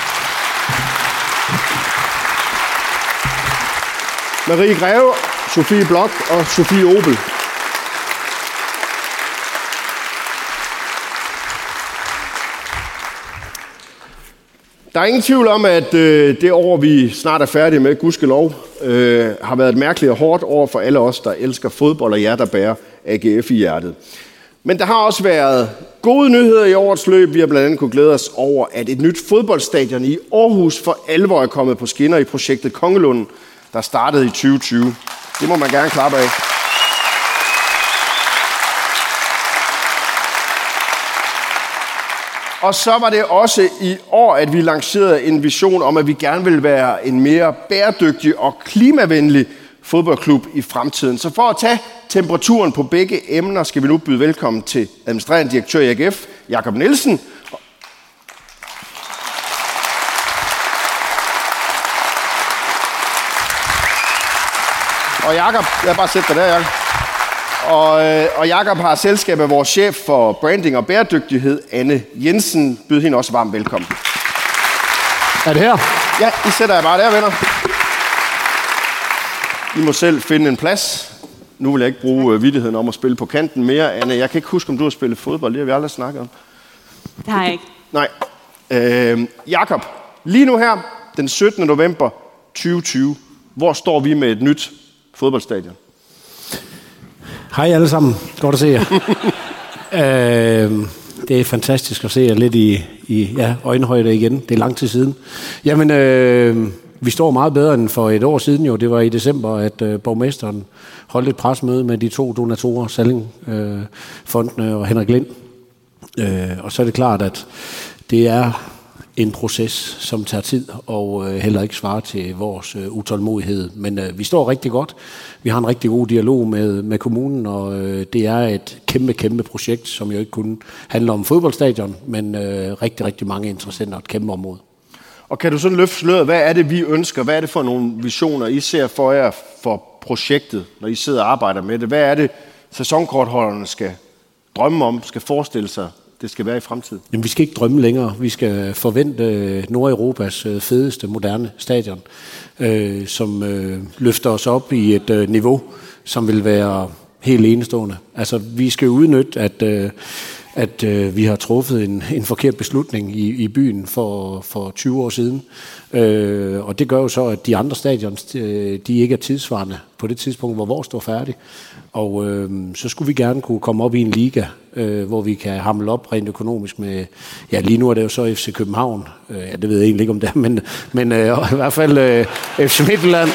Marie Greve, Sofie Blok og Sofie Obel. Der er ingen tvivl om, at det år, vi snart er færdige med, gudskelov, har været et mærkeligt og hårdt år for alle os, der elsker fodbold, og jer, der bærer AGF i hjertet. Men der har også været gode nyheder i årets løb. Vi har blandt andet kunne glæde os over, at et nyt fodboldstadion i Aarhus for alvor er kommet på skinner i projektet Kongelunden, der startede i 2020. Det må man gerne klappe af. Og så var det også i år, at vi lancerede en vision om, at vi gerne vil være en mere bæredygtig og klimavenlig fodboldklub i fremtiden. Så for at tage temperaturen på begge emner, skal vi nu byde velkommen til administrerende direktør i AGF, Jakob Nielsen. Og Jakob, jeg bare sætte dig der, Jakob. Og Jakob har selskab af vores chef for branding og bæredygtighed, Anne Jensen. Byd hende også varmt velkommen. Er det her? Ja, I sætter jeg bare der, venner. I må selv finde en plads. Nu vil jeg ikke bruge vittigheden om at spille på kanten mere. Anne, jeg kan ikke huske, om du har spillet fodbold. Det har vi aldrig snakket om. Det har jeg ikke. Nej. Jakob, lige nu her, den 17. november 2020, hvor står vi med et nyt fodboldstadion? Hej alle sammen. Godt at se jer. Det er fantastisk at se jer lidt i øjenhøjde igen. Det er lang tid siden. Jamen, vi står meget bedre end for et år siden jo. Det var i december, at borgmesteren holdt et presmøde med de 2 donatorer, Salling-fondene og Henrik Lind. Og så er det klart, at det er en proces, som tager tid og heller ikke svarer til vores utålmodighed. Men vi står rigtig godt. Vi har en rigtig god dialog med kommunen, og det er et kæmpe projekt, som jo ikke kun handler om fodboldstadion, men rigtig, rigtig mange interessenter og et kæmpe område. Og kan du sådan løfte sløret, hvad er det, vi ønsker? Hvad er det for nogle visioner, I ser for jer for projektet, når I sidder og arbejder med det? Hvad er det, sæsonkortholderne skal drømme om, skal forestille sig, det skal være i fremtiden? Jamen, vi skal ikke drømme længere. Vi skal forvente Nordeuropas fedeste moderne stadion, som løfter os op i et niveau, som vil være helt enestående. Altså, vi skal udnytte, at vi har truffet en forkert beslutning i byen for 20 år siden. Og det gør jo så, at de andre stadions, de ikke er tidsvarende på det tidspunkt, hvor vores står færdig. Og så skulle vi gerne kunne komme op i en liga, hvor vi kan hamle op rent økonomisk med, ja, lige nu er det jo så FC København. Ja, det ved jeg egentlig ikke om det er, men i hvert fald FC Midtjylland.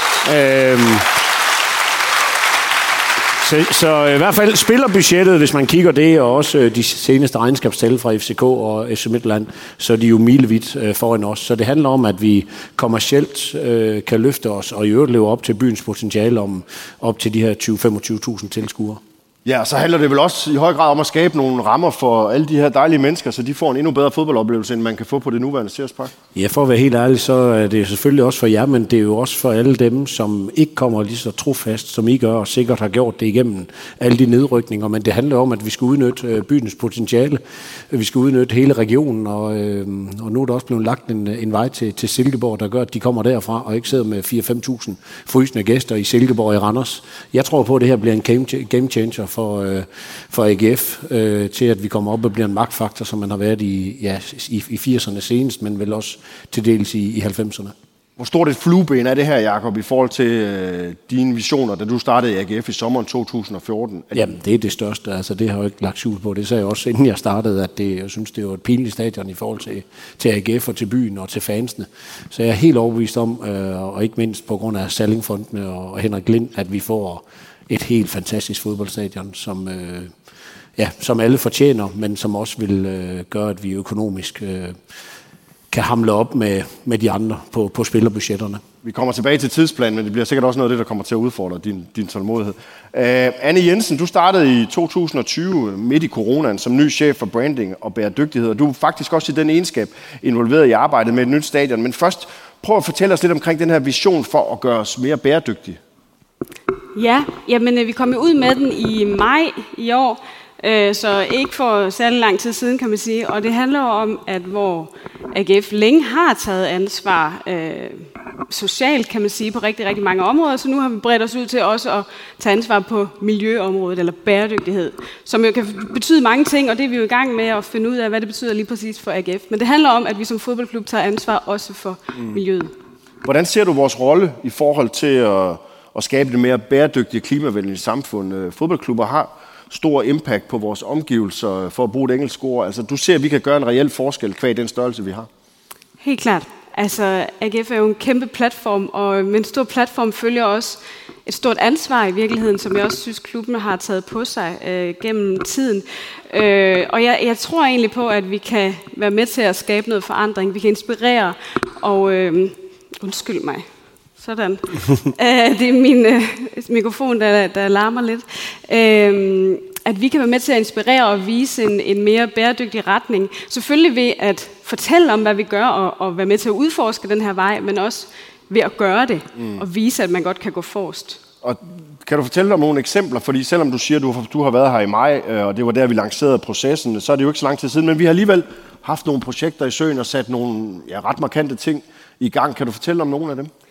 Så i hvert fald spillerbudgettet, hvis man kigger det, og også de seneste regnskabstal fra FCK og FC Midtjylland, så er de jo milevidt foran os. Så det handler om, at vi kommercielt kan løfte os, og i øvrigt leve op til byens potentiale om op til de her 20-25.000 tilskuere. Ja, så handler det vel også i høj grad om at skabe nogle rammer for alle de her dejlige mennesker, så de får en endnu bedre fodboldoplevelse, end man kan få på det nuværende Cerespark. Ja, for at være helt ærlig, så er det selvfølgelig også for jer, men det er jo også for alle dem, som ikke kommer lige så trofast, som I gør, og sikkert har gjort det igennem alle de nedrykninger. Men det handler om, at vi skal udnytte byens potentiale. Vi skal udnytte hele regionen, og nu er der også blevet lagt en vej til Silkeborg, der gør, at de kommer derfra, og ikke sidder med 4-5.000 frysende gæster i Silkeborg og i Randers. Jeg tror på, at det her bliver en game changer for AGF, til at vi kommer op og bliver en magtfaktor, som man har været i 80'erne senest, men vel også til dels i 90'erne. Hvor stort et flueben er det her, Jakob, i forhold til dine visioner, da du startede i AGF i sommeren 2014? Jamen, det er det største. Altså, det har jeg ikke lagt skjul på. Det sagde jeg også, inden jeg startede, at jeg synes, det var et pinligt stadion i forhold til AGF og til byen og til fansene. Så jeg er helt overbevist om, og ikke mindst på grund af Salling-fondene og Henrik Lind, at vi får et helt fantastisk fodboldstadion, som alle fortjener, men som også vil gøre, at vi økonomisk kan hamle op med de andre på spillerbudgetterne. Vi kommer tilbage til tidsplanen, men det bliver sikkert også noget af det, der kommer til at udfordre din tålmodighed. Anne Jensen, du startede i 2020 midt i coronaen som ny chef for branding og bæredygtighed, og du er faktisk også i den egenskab involveret i arbejdet med et nyt stadion. Men først, prøv at fortælle os lidt omkring den her vision for at gøre os mere bæredygtige. Ja, jamen vi kom jo ud med den i maj i år, så ikke for særlig lang tid siden, kan man sige. Og det handler om, at hvor AGF længe har taget ansvar socialt, kan man sige, på rigtig, rigtig mange områder, så nu har vi bredt os ud til også at tage ansvar på miljøområdet, eller bæredygtighed, som jo kan betyde mange ting, og det er vi jo i gang med at finde ud af, hvad det betyder lige præcis for AGF. Men det handler om, at vi som fodboldklub tager ansvar også for miljøet. Hvordan ser du vores rolle i forhold til at skabe det mere bæredygtige, klimavenlige samfund? Fodboldklubber har stor impact på vores omgivelser, for at bruge et engelsk ord. Altså, du ser, at vi kan gøre en reel forskel kvad den størrelse, vi har. Helt klart. Altså, AGF er jo en kæmpe platform, og med en stor platform følger også et stort ansvar i virkeligheden, som jeg også synes, klubben har taget på sig gennem tiden. Og jeg tror egentlig på, at vi kan være med til at skabe noget forandring. Vi kan inspirere, og undskyld mig. Sådan. Det er min mikrofon, der larmer lidt. At vi kan være med til at inspirere og vise en mere bæredygtig retning. Selvfølgelig ved at fortælle om, hvad vi gør, og være med til at udforske den her vej, men også ved at gøre det, og vise, at man godt kan gå forrest. Og kan du fortælle om nogle eksempler? Fordi selvom du siger, at du har været her i maj, og det var der, vi lancerede processen, så er det jo ikke så lang tid siden, men vi har alligevel haft nogle projekter i søen og sat nogle ret markante ting i gang. Kan du fortælle om nogle af dem?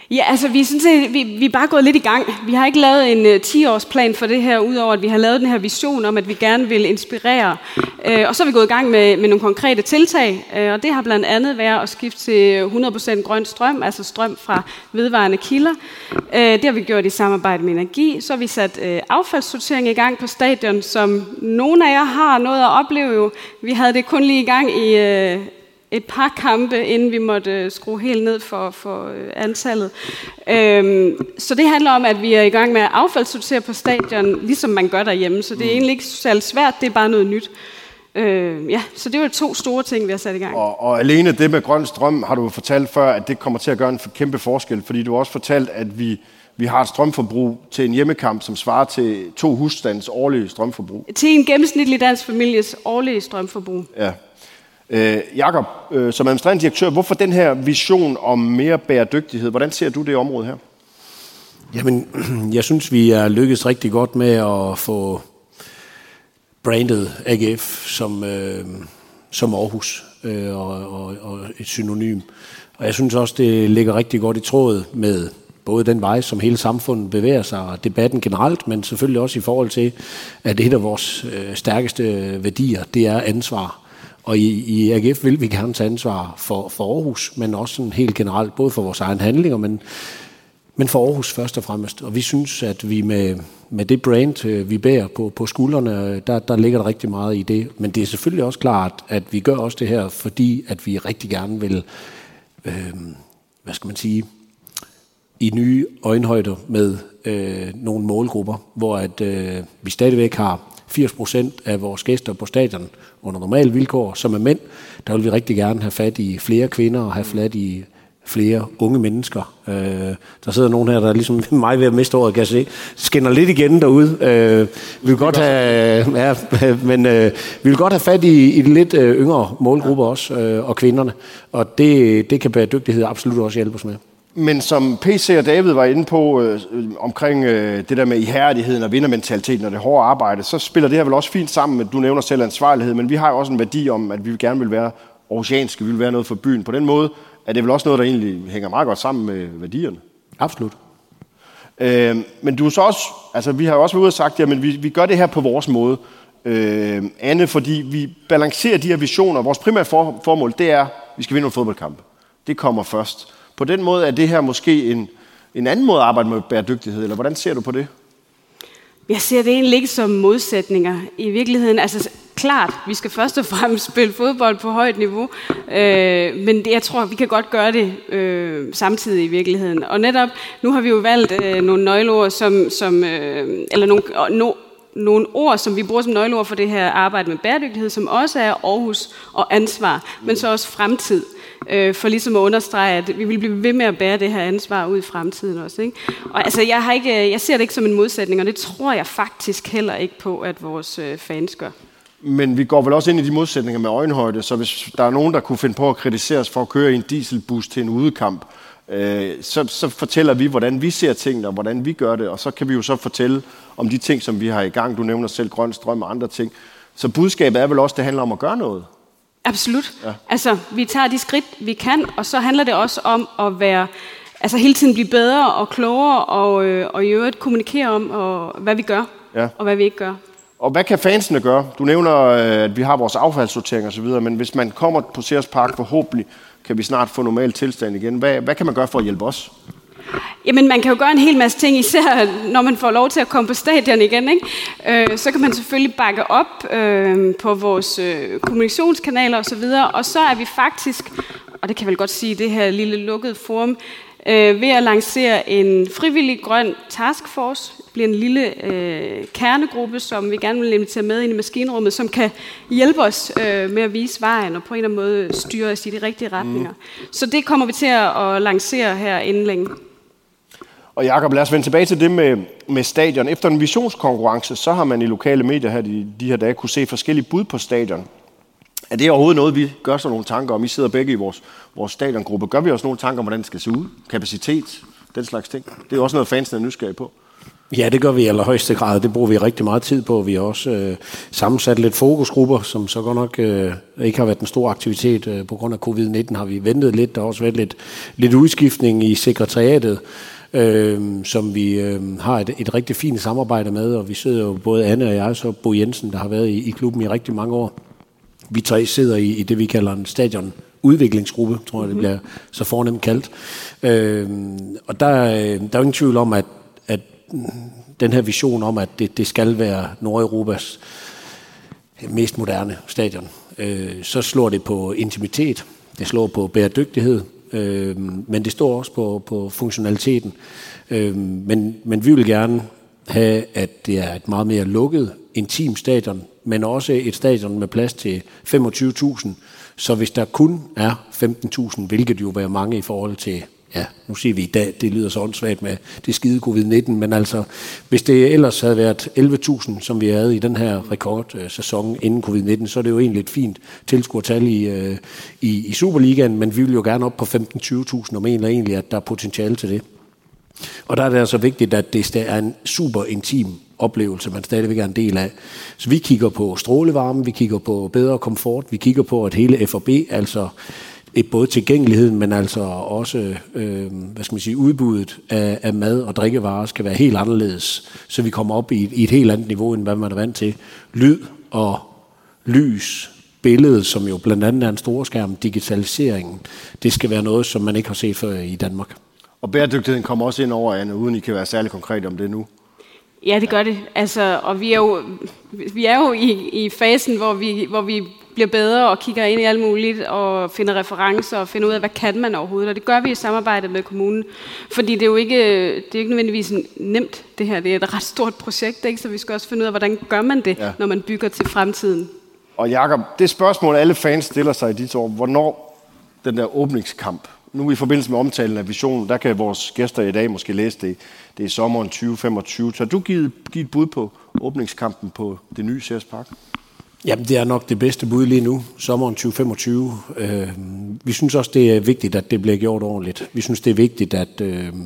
Ja, altså vi er bare gået lidt i gang. Vi har ikke lavet en 10-årsplan for det her, udover at vi har lavet den her vision om, at vi gerne vil inspirere. Og så er vi gået i gang med nogle konkrete tiltag, og det har blandt andet været at skifte til 100% grøn strøm, altså strøm fra vedvarende kilder. Det har vi gjort i samarbejde med Energi. Så har vi sat affaldssortering i gang på stadion, som nogle af jer har noget at opleve jo. Vi havde det kun lige i gang i et par kampe, inden vi måtte skrue helt ned for antallet. Så det handler om, at vi er i gang med at affaldssortere på stadion, ligesom man gør derhjemme. Så det er egentlig ikke særlig svært, det er bare noget nyt. Så det var 2 store ting, vi har sat i gang. Og alene det med grøn strøm, har du fortalt før, at det kommer til at gøre en kæmpe forskel, fordi du har også fortalt, at vi har et strømforbrug til en hjemmekamp, som svarer til 2 husstands årlige strømforbrug. Til en gennemsnitlig dansk families årlige strømforbrug. Ja. Jakob, som administrerende direktør, hvorfor den her vision om mere bæredygtighed? Hvordan ser du det område her? Jamen, jeg synes, vi er lykkedes rigtig godt med at få brandet AGF som Aarhus og et synonym. Og jeg synes også, det ligger rigtig godt i tråd med både den vej, som hele samfundet bevæger sig, og debatten generelt, men selvfølgelig også i forhold til, at et af vores stærkeste værdier, det er ansvar. Og i AGF vil vi gerne tage ansvar for Aarhus, men også sådan helt generelt, både for vores egen handlinger, men for Aarhus først og fremmest. Og vi synes, at vi med det brand, vi bærer på skuldrene, der ligger der rigtig meget i det. Men det er selvfølgelig også klart, at vi gør også det her, fordi at vi rigtig gerne vil, i nye øjenhøjder med nogle målgrupper, hvor at vi stadigvæk har 80% af vores gæster på stadion under normale vilkår, som er mænd. Der vil vi rigtig gerne have fat i flere kvinder og have fat i flere unge mennesker. Der sidder nogen her, der er ligesom mig ved at miste året, kan jeg se. Skinner lidt igen derude. Vi vil godt have, vi vil godt have fat i de lidt yngre målgrupper også, og kvinderne. Og det kan bæredygtighed absolut også hjælpe os med. Men som PC og David var inde på omkring det der med ihærdigheden og vindermentaliteten og det hårde arbejde, så spiller det her vel også fint sammen med, du nævner selv ansvarlighed, men vi har jo også en værdi om, at vi gerne vil være aarhusianske, vi vil være noget for byen. På den måde er det vel også noget, der egentlig hænger meget godt sammen med værdierne. Absolut. Men du er så også, altså vi har jo også været ude og sagt, jamen vi gør det her på vores måde. Anne, fordi vi balancerer de her visioner. Vores primære formål, det er, at vi skal vinde nogle fodboldkampe. Det kommer først. På den måde er det her måske en anden måde at arbejde med bæredygtighed, eller hvordan ser du på det? Jeg ser det egentlig ikke som modsætninger. I virkeligheden, altså klart, vi skal først og fremmest spille fodbold på højt niveau, men jeg tror, vi kan godt gøre det samtidig i virkeligheden. Og netop, nu har vi jo valgt nogle nøgleord, nogle ord, som vi bruger som nøgleord for det her arbejde med bæredygtighed, som også er Aarhus og ansvar, men så også fremtid. For ligesom at understrege, at vi vil blive ved med at bære det her ansvar ud i fremtiden også. Ikke? Og altså, jeg ser det ikke som en modsætning, og det tror jeg faktisk heller ikke på, at vores fans gør. Men vi går vel også ind i de modsætninger med øjenhøjde, så hvis der er nogen, der kunne finde på at kritisere os for at køre i en dieselbus til en udekamp, så fortæller vi, hvordan vi ser tingene, og hvordan vi gør det, og så kan vi jo så fortælle om de ting, som vi har i gang. Du nævner selv grøn strøm og andre ting. Så budskabet er vel også, det handler om at gøre noget? Absolut. Ja. Altså, vi tager de skridt, vi kan, og så handler det også om at være, altså hele tiden blive bedre og klogere, og i øvrigt kommunikere om, hvad vi gør, og hvad vi ikke gør. Og hvad kan fansene gøre? Du nævner, at vi har vores affaldssortering osv., men hvis man kommer på Sears Park, forhåbentlig kan vi snart få normal tilstand igen. Hvad kan man gøre for at hjælpe os? Jamen, man kan jo gøre en hel masse ting, især når man får lov til at komme på stadion igen, ikke? Så kan man selvfølgelig bakke op på vores kommunikationskanaler osv., og så er vi faktisk, og det kan jeg vel godt sige, det her lille lukkede forum, ved at lancere en frivillig grøn taskforce. Det bliver en lille kernegruppe, som vi gerne vil invitere med ind i maskinrummet, som kan hjælpe os med at vise vejen og på en eller anden måde styre os i de rigtige retninger. Så det kommer vi til at lancere her inden længe. Og Jakob, lad os vende tilbage til det med stadion. Efter en visionskonkurrence, så har man i lokale medier her de her dage kunne se forskellige bud på stadion. Er det overhovedet noget, vi gør så nogle tanker om? I sidder begge i vores stadiongruppe. Gør vi også nogle tanker om, hvordan det skal se ud? Kapacitet? Den slags ting. Det er også noget, fansene er nysgerrige på. Ja, det gør vi i allerhøjeste grad. Det bruger vi rigtig meget tid på. Vi har også sammensat lidt fokusgrupper, som så godt nok ikke har været en stor aktivitet. På grund af covid-19 har vi ventet lidt. Der har også været lidt udskiftning i sekretariatet, som vi har et rigtig fint samarbejde med. Og vi sidder jo både Anne og jeg, så Bo Jensen, der har været i klubben i rigtig mange år. Vi 3 sidder i det, vi kalder en stadionudviklingsgruppe, tror jeg, det bliver så fornemt kaldt. Og der er jo ingen tvivl om, at den her vision om, at det skal være Nordeuropas mest moderne stadion, så slår det på intimitet, det slår på bæredygtighed, men det står også på funktionaliteten. Men vi vil gerne have, at det er et meget mere lukket, intimt stadion, men også et stadion med plads til 25.000. Så hvis der kun er 15.000, hvilket jo være mange i forhold til, ja, nu siger vi i dag, det lyder så åndssvagt med det skide covid-19, men altså, hvis det ellers havde været 11.000, som vi havde i den her rekordsæson inden covid-19, så er det jo egentlig et fint tilskuertal i Superligaen, men vi vil jo gerne op på 15-20.000, og mener egentlig, at der er potentiale til det. Og der er det altså vigtigt, at det er en super intim oplevelse, man stadigvæk er en del af. Så vi kigger på strålevarme, vi kigger på bedre komfort, vi kigger på, at hele F&B, altså både tilgængeligheden, men altså også udbuddet af mad og drikkevarer skal være helt anderledes, så vi kommer op i et helt andet niveau, end hvad man er vant til. Lyd og lys, billedet, som jo blandt andet er en storskærm, digitaliseringen, det skal være noget, som man ikke har set før i Danmark. Og bæredygtigheden kommer også ind over, Anne, uden I kan være særlig konkret om det nu. Ja, det gør det. Altså, og vi er jo i fasen, hvor vi bliver bedre og kigger ind i alt muligt og finder referencer og finder ud af, hvad kan man overhovedet. Og det gør vi i samarbejde med kommunen. Fordi det er jo ikke nødvendigvis nemt, det her. Det er et ret stort projekt, ikke? Så vi skal også finde ud af, hvordan gør man det, når man bygger til fremtiden. Og Jakob, det spørgsmål, alle fans stiller sig i dit år, hvornår den der åbningskamp, nu i forbindelse med omtalen af visionen, der kan vores gæster i dag måske læse det. Det er sommeren 2025. Så har du givet et bud på åbningskampen på det nye CS Park? Jamen, det er nok det bedste bud lige nu, sommeren 2025. Vi synes også, det er vigtigt, at det bliver gjort ordentligt. Vi synes, det er vigtigt, at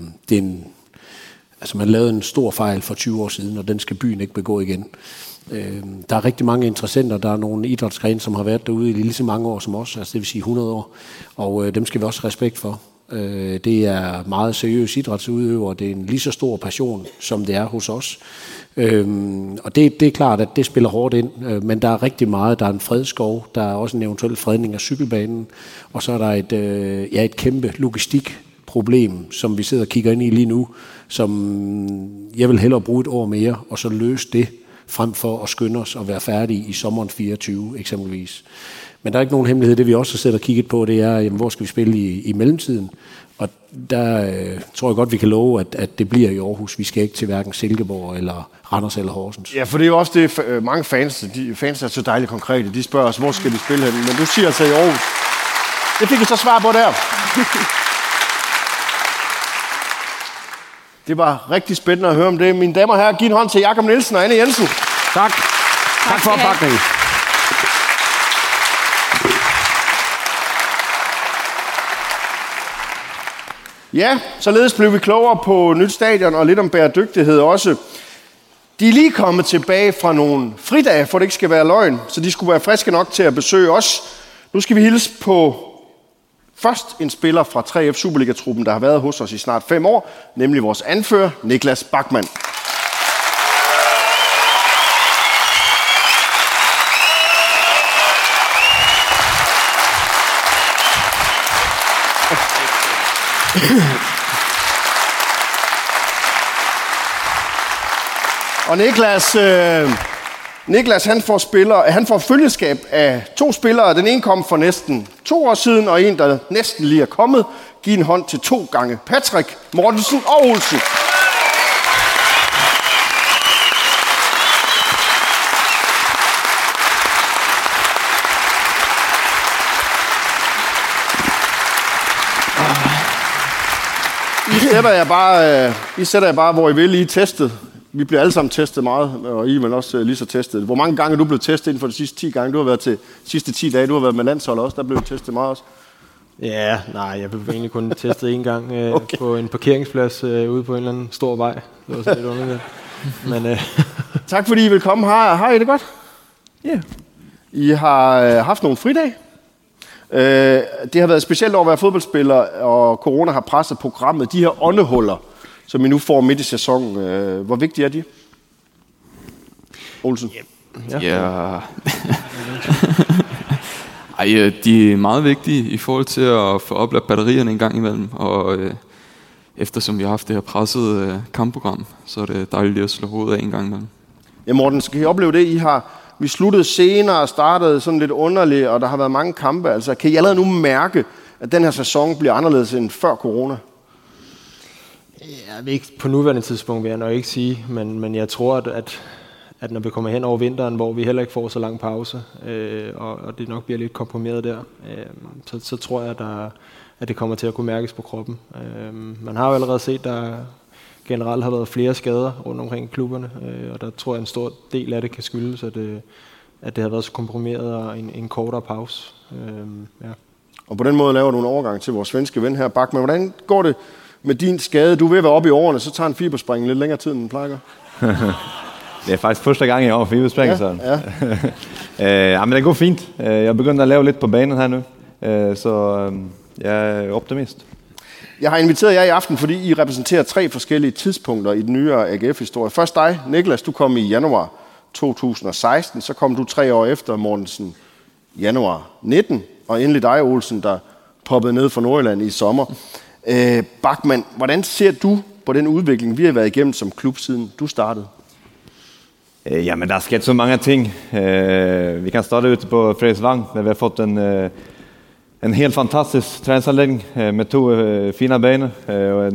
man lavede en stor fejl for 20 år siden, og den skal byen ikke begå igen. Der er rigtig mange interessenter. Der er nogle idrætsgrene, som har været derude i lige så mange år som os, altså det vil sige 100 år, og dem skal vi også have respekt for. Det er meget seriøs idrætsudøver, det er en lige så stor passion, som det er hos os. Og det er klart, at det spiller hårdt ind, men der er rigtig meget. Der er en fredskov, der er også en eventuel fredning af cykelbanen, og så er der et kæmpe logistikproblem, som vi sidder og kigger ind i lige nu, som jeg vil hellere bruge et år mere, og så løse det, frem for at skynde os og være færdige i sommeren 24 eksempelvis. Men der er ikke nogen hemmelighed. Det vi også har siddet og kigget på, det er, jamen, hvor skal vi spille i mellemtiden? Og der tror jeg godt, vi kan love, at det bliver i Aarhus. Vi skal ikke til hverken Silkeborg eller Randers eller Horsens. Ja, for det er jo også det, mange fans er så dejligt konkrete. De spørger os, hvor skal de spille hen? Men du siger altså i Aarhus. Det fik jeg så svar på der. Det var rigtig spændende at høre om det. Mine damer og herrer, giv en hånd til Jakob Nielsen og Anne Jensen. Tak. Tak for opbakningen. Ja, således blev vi klogere på nyt stadion og lidt om bæredygtighed også. De er lige kommet tilbage fra nogle fridage, for det ikke skal være løgn, så de skulle være friske nok til at besøge os. Nu skal vi hilse på først en spiller fra 3F Superliga-truppen, der har været hos os i snart 5 år, nemlig vores anfører, Niklas Bachmann. Og Niklas han får følgeskab af 2 spillere. Den ene kom for næsten 2 år siden, og en, der næsten lige er kommet. Giv en hånd til 2 gange Patrick, Mortensen og Olsen. I sætter jeg bare, hvor I vil. I er testet. Vi bliver alle sammen testet meget, og I er vel også lige så testet. Hvor mange gange er du blevet testet inden for de sidste 10 gange? Du har været til sidste 10 dage, du har været med landsholdet også, der blev testet meget også. Ja, nej, jeg blev egentlig kun testet en gang på en parkeringsplads ude på en eller anden stor vej. Det var så lidt underligt. Men, Tak fordi I vil komme. Har I det godt? Ja. Yeah. I har haft nogle fridage. Det har været specielt over at være fodboldspiller, og corona har presset programmet. De her åndehuller, som I nu får midt i sæsonen, hvor vigtige er de? Olsen? Ja. Ej, de er meget vigtige i forhold til at få opladt batterierne en gang imellem, og eftersom vi har haft det her pressede kampprogram, så er det dejligt at slå hovedet af en gang imellem. Ja, Morten, skal I opleve det? Vi sluttede senere og startede sådan lidt underligt, og der har været mange kampe. Altså, kan I allerede nu mærke, at den her sæson bliver anderledes end før corona? Ja, på nuværende tidspunkt vil jeg nok ikke sige, men jeg tror, at når vi kommer hen over vinteren, hvor vi heller ikke får så lang pause, og det nok bliver lidt komprimeret der, så tror jeg, at det kommer til at kunne mærkes på kroppen. Man har jo allerede set, der generelt har været flere skader rundt omkring i klubberne, og der tror jeg, en stor del af det kan skyldes, at det har været så komprimeret og en kortere pause. Ja. Og på den måde laver du en overgang til vores svenske ven her, Bachmann. Hvordan går det med din skade? Du er ved at være oppe i årene, så tager en fiberspring lidt længere tid, end den plejer. Det er faktisk første gang, jeg har fiberspring. Ja. Men det går fint. Jeg begynder at lave lidt på banen her nu, så jeg er optimist. Jeg har inviteret jer i aften, fordi I repræsenterer 3 forskellige tidspunkter i den nyere AGF-historie. Først dig, Niklas, du kom i januar 2016, så kom du 3 år efter, Mortensen, januar 19, og endelig dig, Olsen, der poppede ned fra Nordjylland i sommer. Bachmann, hvordan ser du på den udvikling, vi har været igennem som klub, siden du startede? Jamen, der er sket så mange ting. Vi kan starte ute på Frederiksvang, der vi har fået en helt fantastisk træningsanlægning med 2 fine baner og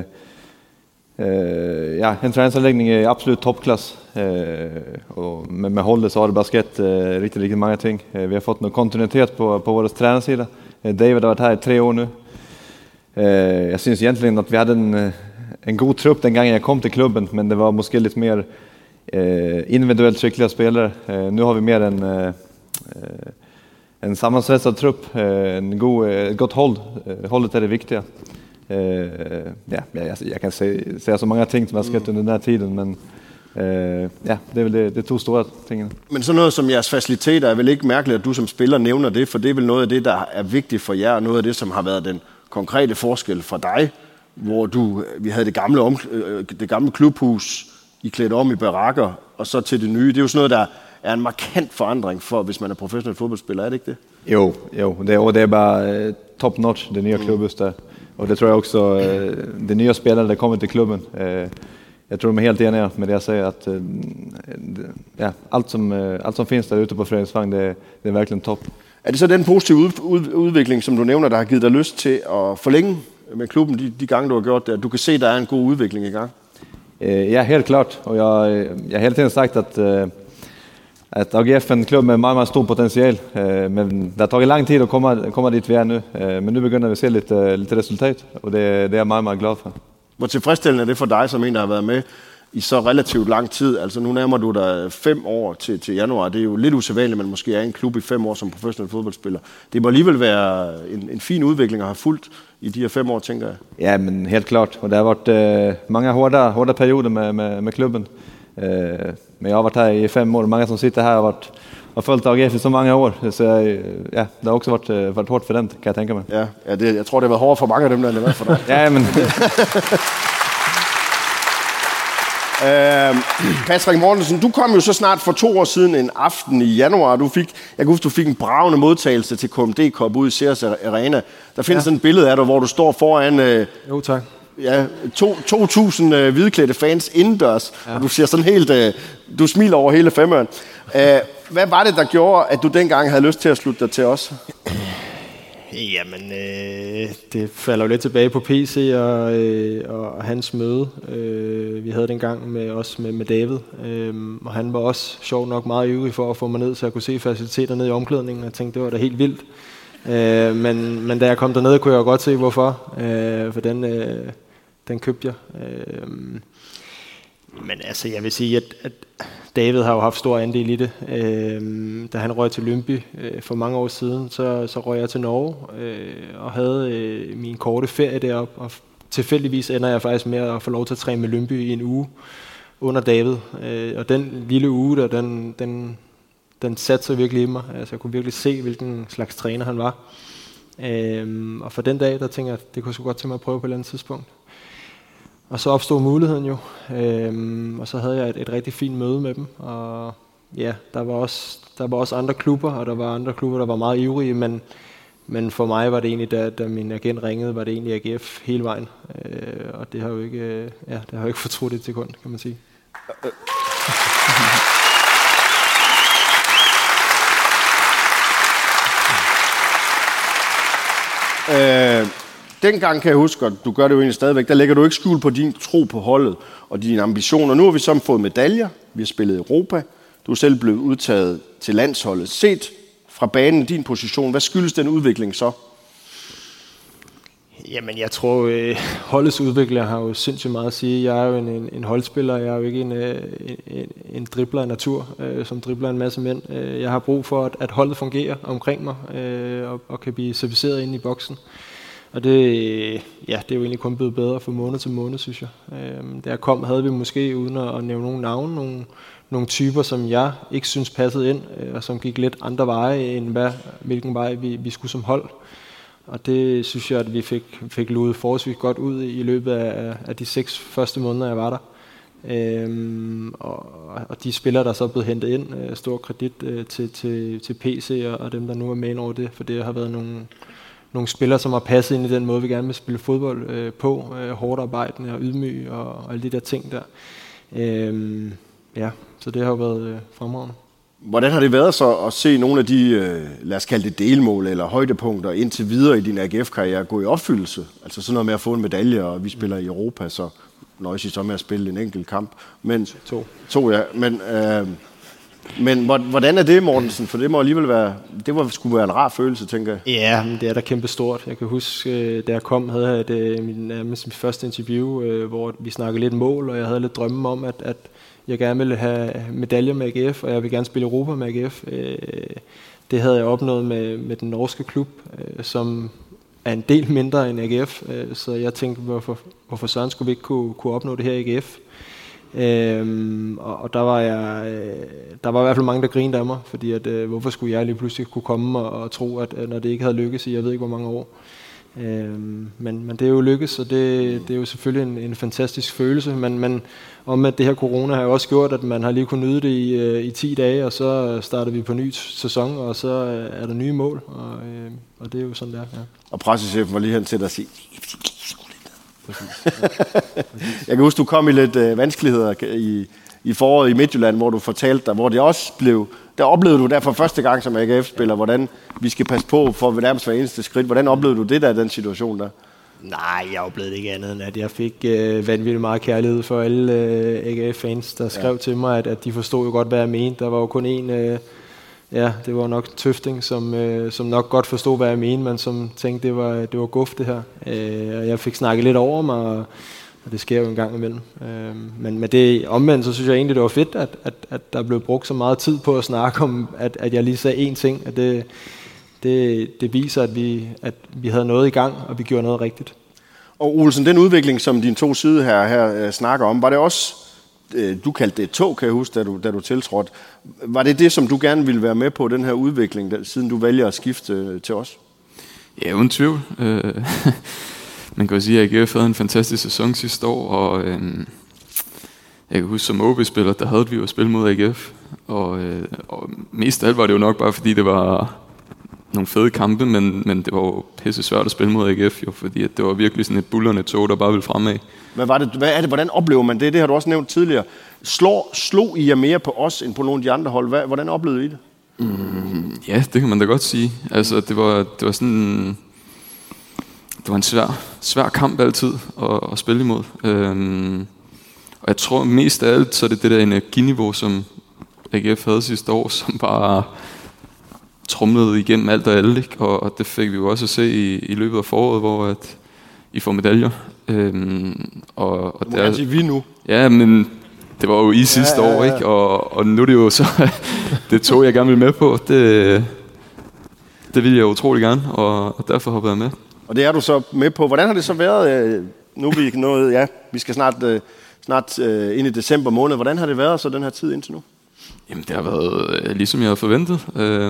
en træningsanlægning i absolut topklasse. Og med holdet så har det bare sket rigtig mange ting. Vi har fået noget kontinuitet på vores trænerside. David har været her i 3 år nu. Jeg synes egentlig, at vi havde en god trupp den gang jeg kom til klubben, men det var måske lidt mere individuellt skickliga spelare. Nu har vi mer en sammansvetsad trupp, ett gott håll. Hållet är det viktiga. Jag kan säga så många ting som har skett under den här tiden, men det er vel det 2 store ting. Men sådan noget som jeres faciliteter er vel ikke mærkeligt, at du som spiller nævner det, for det er vel noget af det, der er vigtigt for jer, noget af det, som har været den konkrete forskel for dig, hvor vi havde det gamle klubhus, I klædt om i barakker, og så til det nye. Det er jo sådan noget, der er en markant forandring for, hvis man er professionel fodboldspiller, er det ikke det? Jo, det er bare top notch, det nye klubbhus der. Og det tror jeg også, de nye spillere, der kommer til klubben. Jeg tror de er helt enige med det, jeg siger, at alt som findes der ute på Frederiksvang, det er virkelig top. Er det så den positive udvikling, som du nævner, der har givet dig lyst til at forlænge med klubben de gange, du har gjort det, at du kan se, at der er en god udvikling i gang? Ja, helt klart. Og jeg har hele tiden sagt, at AGF er en klubb med meget stor potential. Men det har taget lang tid at komme dit vi er nu. Men nu begynder vi at se lidt resultat, og det er jeg meget glad for. Hvor tilfredsstillende er det for dig, som en, der har været med i så relativt lang tid? Altså nu nærmer du dig 5 år til januar. Det er jo lidt usædvanligt, at man måske er i en klub i 5 år som professionel fodboldspiller. Det må alligevel være en fin udvikling at have fulgt i de her 5 år, tænker jeg. Ja, men helt klart. Og der har været mange hårde perioder med klubben. Men jeg har været her i 5 år. Mange som sitter her har fulgt AGF i så mange år. Så ja, det har også været hårdt for dem, kan jeg tænke mig. Ja, jeg tror, det har været hårdt for mange af dem, der har været for dig. Ja, men... Patrick Mortensen, du kom jo så snart for 2 år siden en aften i januar. Jeg kan huske, du fik en bragende modtagelse til KMD Cup ude i Ceres Arena. Der findes sådan et billede af dig, hvor du står foran... Jo, tak. Ja, 2.000 hvidklædte fans indendørs, og du ser sådan helt... du smiler over hele femmeren. Hvad var det, der gjorde, at du dengang havde lyst til at slutte dig til os? Jamen, det falder jo lidt tilbage på PC og hans møde. Vi havde dengang med David, og han var også sjov nok meget ivrig for at få mig ned, så jeg kunne se faciliteter ned i omklædningen, og jeg tænkte, det var da helt vildt. Men da jeg kom derned, kunne jeg jo godt se, hvorfor, for den købte jeg. Men altså, jeg vil sige, at David har jo haft stor andel i det. Da han røg til Lyngby for mange år siden, så røg jeg til Norge og havde min korte ferie deroppe. Og tilfældigvis ender jeg faktisk med at få lov til at træne med Lyngby i en uge under David. Og den lille uge der, den satte sig virkelig i mig. Altså, jeg kunne virkelig se, hvilken slags træner han var. Og for den dag, der tænkte jeg, at det kunne så godt til mig at prøve på et eller andet tidspunkt. Og så opstod muligheden jo, og så havde jeg et rigtig fint møde med dem. Og ja, der var også andre klubber, og der var andre klubber, der var meget ivrige, men for mig var det egentlig, da min agent ringede, var det egentlig AGF hele vejen. Og det har jo ikke, fortrudt et sekund, kan man sige. Dengang kan jeg huske, og du gør det jo egentlig stadigvæk, der lægger du ikke skjul på din tro på holdet og dine ambitioner. Nu har vi så fået medaljer, vi har spillet Europa, du er selv blevet udtaget til landsholdet. Set fra banen, din position, hvad skyldes den udvikling så? Jamen, jeg tror, holdets udvikler har jo sindssygt meget at sige. Jeg er jo en holdspiller, jeg er jo ikke en dribler af natur, som dribler en masse mænd. Jeg har brug for, at holdet fungerer omkring mig og kan blive serviceret inde i boksen. Og det er jo egentlig kun blevet bedre fra måned til måned, synes jeg. Da jeg kom, havde vi måske, uden at nævne nogle navne, nogle typer, som jeg ikke synes passede ind, og som gik lidt andre veje, end hvilken vej vi skulle som hold. Og det synes jeg, at vi fik luet forholdsvis godt ud i løbet af de 6 første måneder, jeg var der. Og de spillere, der så er blevet hentet ind, stor kredit til PC og dem, der nu er med over det, for det har været nogle spillere, som har passet ind i den måde, vi gerne vil spille fodbold på. Hårdt arbejdende og ydmyg og alle de der ting der. Så det har jo været fremragende. Hvordan har det været så at se nogle af de, lad os kalde det delmål eller højdepunkter indtil videre i din AGF-karriere gå i opfyldelse? Altså sådan noget med at få en medalje, og vi spiller i Europa, så nøjes I så med at spille en enkelt kamp. Men, to, ja. Men hvordan er det, Mortensen? For det må alligevel være, skulle være en rar følelse, tænker jeg. Ja, men det er da kæmpe stort. Jeg kan huske, da jeg kom, havde jeg mit første interview, hvor vi snakkede lidt mål, og jeg havde lidt drømme om, at jeg gerne ville have medaljer med AGF, og jeg vil gerne spille Europa med AGF. Det havde jeg opnået med den norske klub, som er en del mindre end AGF. Så jeg tænkte, hvorfor søren skulle vi ikke kunne opnå det her i AGF? Og der var i hvert fald mange, der grinede af mig, fordi hvorfor skulle jeg lige pludselig kunne komme og tro, at når det ikke havde lykkes i jeg ved ikke hvor mange år. Men det er jo lykkes, og det er jo selvfølgelig en fantastisk følelse, men om at det her corona har jo også gjort, at man har lige kunnet nyde det i 10 dage, og så starter vi på ny sæson, og så er der nye mål, og det er jo sådan der. Ja. Og pressechefen var lige hen til dig at sige, jeg kan huske, du kom i lidt vanskeligheder i foråret i Midtjylland, hvor du fortalte dig, hvor det også blev, der oplevede du der for første gang som AGF-spiller, hvordan vi skal passe på for nærmest hver eneste skridt. Hvordan oplevede du det der, den situation der? Nej, jeg oplevede ikke andet end, at jeg fik vanvittigt meget kærlighed for alle AGF-fans, der skrev til mig, at de forstod jo godt, hvad jeg mente. Der var jo kun én, det var nok Tøfting, som nok godt forstod, hvad jeg mente, men som tænkte, det var guf det her. Og jeg fik snakket lidt over mig, og det sker jo en gang imellem. Men med det omvendt, så synes jeg egentlig, det var fedt, at der blev brugt så meget tid på at snakke om, at jeg lige sagde én ting, at det viser, at vi havde noget i gang, og vi gjorde noget rigtigt. Og Olsen, den udvikling, som dine to sider her snakker om, var det også, du kaldte det et tog, kan jeg huske, da du tiltrådte. Var det, som du gerne ville være med på, den her udvikling, siden du vælger at skifte til os? Ja, uden tvivl. Man kan jo sige, at AGF havde en fantastisk sæson sidste år, og jeg kan huske, som OB-spiller, der havde vi jo spillet mod AGF, og mest af alt var det jo nok bare, fordi det var nogle fede kampe, men det var jo pisse svært at spille mod AGF, jo, fordi at det var virkelig sådan et bullerne tog, der bare ville fremad. Hvordan oplever man det? Det har du også nævnt tidligere. Slog I jer mere på os, end på nogle af de andre hold? Hvordan oplevede I det? Ja, det kan man da godt sige. Altså, det var sådan... Det var en svær kamp altid at spille imod. Og jeg tror mest af alt, så er det der energiniveau, som AGF havde sidste år, som bare trumlede igennem alt og alle. Ikke? Og det fik vi jo også at se i løbet af foråret, hvor I får medaljer. Og du må gerne sige vi nu. Ja, men Det var jo i sidste år, ikke? Og nu er det jo så det tog jeg gerne vil med på. Det ville jeg utrolig gerne, og derfor hoppede jeg med. Og det er du så med på. Hvordan har det så været? Nu er vi nået, vi skal snart ind i december måned. Hvordan har det været så den her tid indtil nu? Jamen, det har været ligesom jeg havde forventet.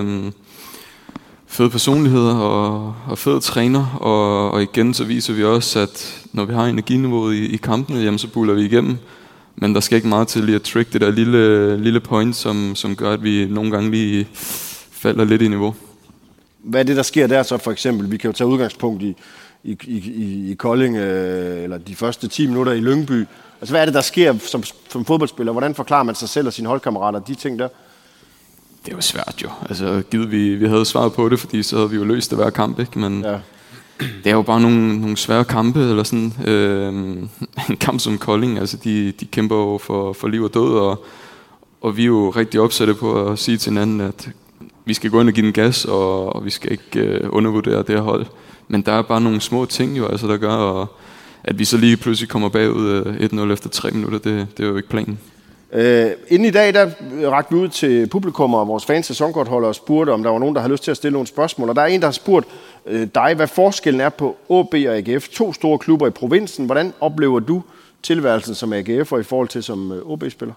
Fede personligheder og fede træner, og igen så viser vi også, at når vi har energiniveauet i kampene, jamen, så buller vi igennem. Men der skal ikke meget til lige at trick det der lille point, som gør, at vi nogle gange lige falder lidt i niveau. Hvad er det, der sker der så for eksempel? Vi kan jo tage udgangspunkt i Kolding, eller de første 10 minutter i Lyngby. Altså, hvad er det, der sker som fodboldspiller? Hvordan forklarer man sig selv og sine holdkammerater de ting der? Det er jo svært jo. Altså, givet vi havde svaret på det, fordi så havde vi jo løst det hver kamp, ikke? Men det er jo bare nogle svære kampe, eller sådan. En kamp som Kolding, altså de kæmper jo for liv og død, og vi er jo rigtig opsatte på at sige til hinanden, at vi skal gå ind og give den gas, og vi skal ikke undervurdere det her hold. Men der er bare nogle små ting jo, altså, der gør, at vi så lige pludselig kommer bagud 1-0 efter 3 minutter, det er jo ikke planen. Inden i dag, der rakte vi ud til publikum og vores fans sæsonkortholdere og spurgte, om der var nogen, der havde lyst til at stille nogle spørgsmål. Og der er en, der har spurgt dig, hvad forskellen er på AaB og AGF. 2 store klubber i provinsen. Hvordan oplever du tilværelsen som AGF'er i forhold til som AaB-spiller?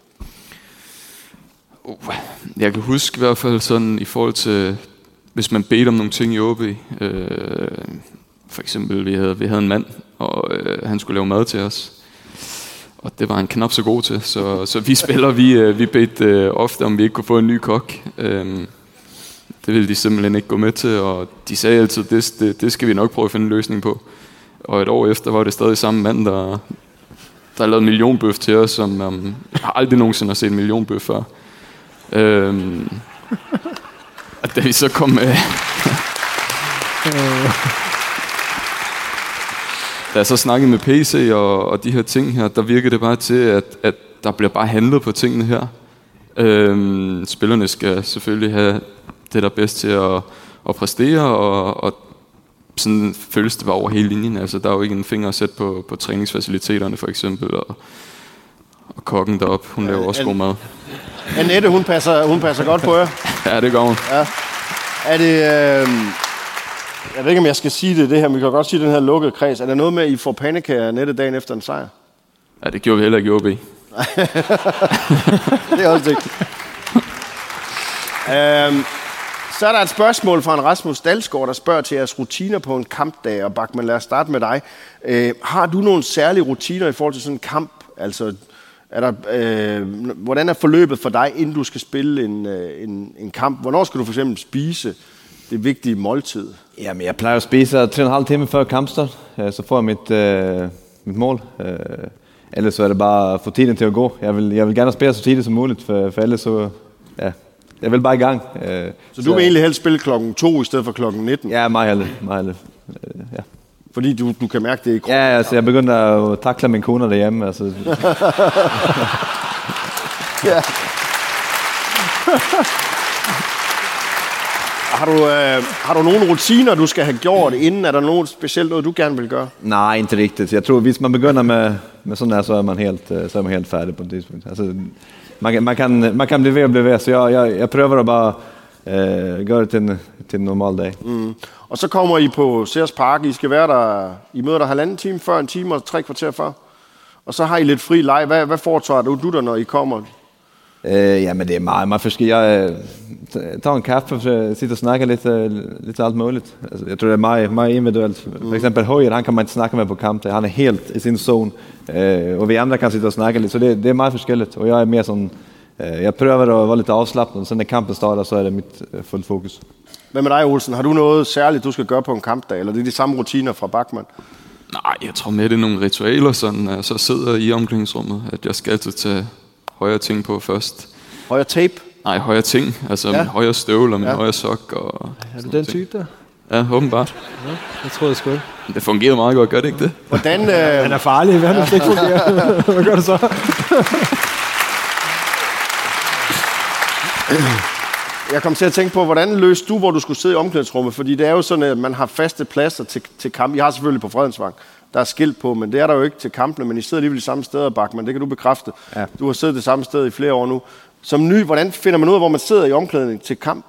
Jeg kan huske i hvert fald sådan i forhold til, hvis man bedte om nogle ting i AaB. For eksempel, vi havde en mand, og han skulle lave mad til os. Og det var han knap så god til, så vi spillere, vi bedte ofte, om vi ikke kunne få en ny kok. Det ville de simpelthen ikke gå med til, og de sagde altid, det skal vi nok prøve at finde en løsning på. Og et år efter var det stadig samme mand, der lavede millionbøf til os, som jeg aldrig nogensinde har set en millionbøf før. Og da vi så kom med... Da jeg så snakkede med PC og de her ting her, der virkede det bare til, at der bliver bare handlet på tingene her. Spillerne skal selvfølgelig have det, der er bedst til at præstere, og sådan føles det bare over hele linjen. Altså, der er jo ikke en finger at sætte på træningsfaciliteterne, for eksempel, og kokken deroppe, hun laver også god mad. Annette, hun passer godt på jer. Ja, det gør hun. Ja. Er det... Jeg ved ikke, om jeg skal sige det her, men vi kan godt sige den her lukkede kreds. Er der noget med, at I får pandekager Annette dagen efter en sejr? Ja, det gjorde vi heller ikke i AaB. Det er også vigtigt. Så er der et spørgsmål fra en Rasmus Dalsgaard, der spørger til jeres rutiner på en kampdag. Og Bachmann, lad os starte med dig. Har du nogle særlige rutiner i forhold til sådan en kamp? Altså, hvordan er forløbet for dig, inden du skal spille en kamp? Hvornår skal du for eksempel spise det vigtige måltid? Jamen, jeg plejer at spise 3,5 timer før kampstart. Så får jeg mit mål. Ellers så er det bare at få tiden til at gå. Jeg vil gerne spille så tidligt som muligt, for ellers så... Ja, jeg vil bare i gang. Så du vil egentlig helst spille 2:00 i stedet for 19:00? Ja, meget hellere. Ja. Fordi du kan mærke det i kroppen? Ja, altså jeg begynder at takle min kone derhjemme. Altså. Ja. Har du nogle rutiner, du skal have gjort inden? Er der noget specielt noget, du gerne vil gøre? Nej, inte riktigt. Jeg tror, hvis man begynder med sådan her, så er man helt færdig på det tidspunkt. Altså, man kan blive ved, så jeg prøver at bare gøre det til en normal dag. Mm. Og så kommer I på Sears Park. I skal være der, I møder der 1,5 time før, 1 time og 3 kvarter før. Og så har I lidt fri leg. Hvad foretager du der, når I kommer? Jamen det er meget forskelligt. Jeg tager en kaffe og sitter og snakker lidt alt muligt. Altså, jeg tror det er meget individuelt. For eksempel Højer, han kan man ikke snakke med på kamp. Han er helt i sin zone. Og vi andre kan sitte og snakke lidt. Så det er meget forskelligt. Og jeg er mere sådan... Jeg prøver at være lidt afslappet, så når kampen starter, så er det mit fuldt fokus. Hvad med dig, Olsen? Har du noget særligt, du skal gøre på en kampdag? Eller det er de samme rutiner fra Bachmann? Nej, jeg tror mere, det er nogle ritualer, sådan, at så sidder i omklædningsrummet, at jeg skal altid tage højere ting på først. Højere tape? Nej, højere ting. Altså min højere støvler, min højere sok. Og er du den type der? Ja, åbenbart. Ja, jeg tror det sgu ikke. Det fungerer meget godt, gør det ikke det? Hvordan... Han er farlig, hvad nu ikke fungerer? Hvad gør du så? Jeg kom til at tænke på, hvordan løste du, hvor du skulle sidde i omklædningsrummet? Fordi det er jo sådan, at man har faste pladser til kamp. I har selvfølgelig på Fredensvang der er skilt på, men det er der jo ikke til kampene, men I sidder alligevel i samme sted, Bachmann, det kan du bekræfte. Ja. Du har siddet det samme sted i flere år nu. Som ny, hvordan finder man ud af, hvor man sidder i omklædning til kamp?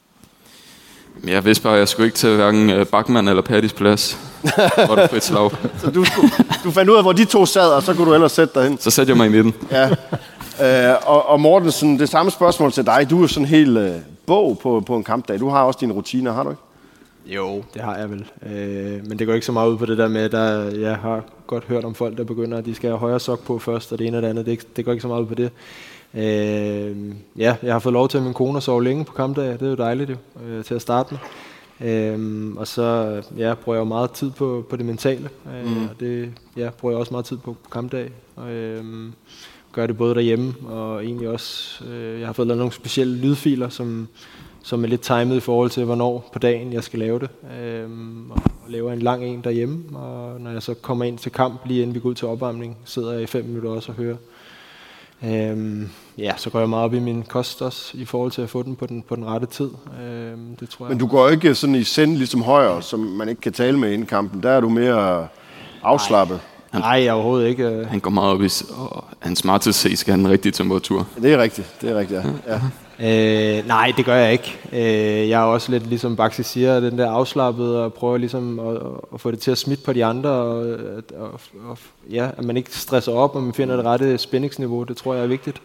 Jeg vidste bare, at jeg skulle ikke til hverken Bachmann eller Pattys plads. Hvor det frit slag. Så du fandt ud af, hvor de to sad, og så kunne du ellers sætte dig hen. Så satte jeg mig i midten. Ja. Og Mortensen, det samme spørgsmål til dig. Du er jo sådan en hel bog på en kampdag. Du har også dine rutiner, har du ikke? Jo, det har jeg vel. Men det går ikke så meget ud på det der med, at jeg har godt hørt om folk, der begynder, at de skal have højre sok på først, og det ene og det andet. Det går ikke så meget ud på det. Jeg har fået lov til, at min kone sove længe på kampdag. Det er jo dejligt til at starte med. Og så bruger jeg jo meget tid på det mentale. Og det bruger jeg også meget tid på kampdag. Gør det både derhjemme og egentlig også. Jeg har fået lavet nogle specielle lydfiler, som er lidt timet i forhold til, hvornår på dagen jeg skal lave det. Og laver en lang en derhjemme. Og når jeg så kommer ind til kamp, lige inden vi går ud til opvarmning, sidder jeg i 5 minutter også og hører. Så går jeg meget op i min kost også, i forhold til at få den på den rette tid. Det tror jeg. Men du går ikke sådan i send ligesom Højer, som man ikke kan tale med inden kampen. Der er du mere afslappet. Nej, overhovedet ikke. Han går meget op i, og hans Martins skal have den rigtige temperatur. Det er rigtigt, ja. Nej, det gør jeg ikke. Jeg er også lidt, ligesom Baxi siger, den der afslappet, og prøver ligesom at få det til at smitte på de andre, og at man ikke stresser op, og man finder det rette spændingsniveau. Det tror jeg er vigtigt.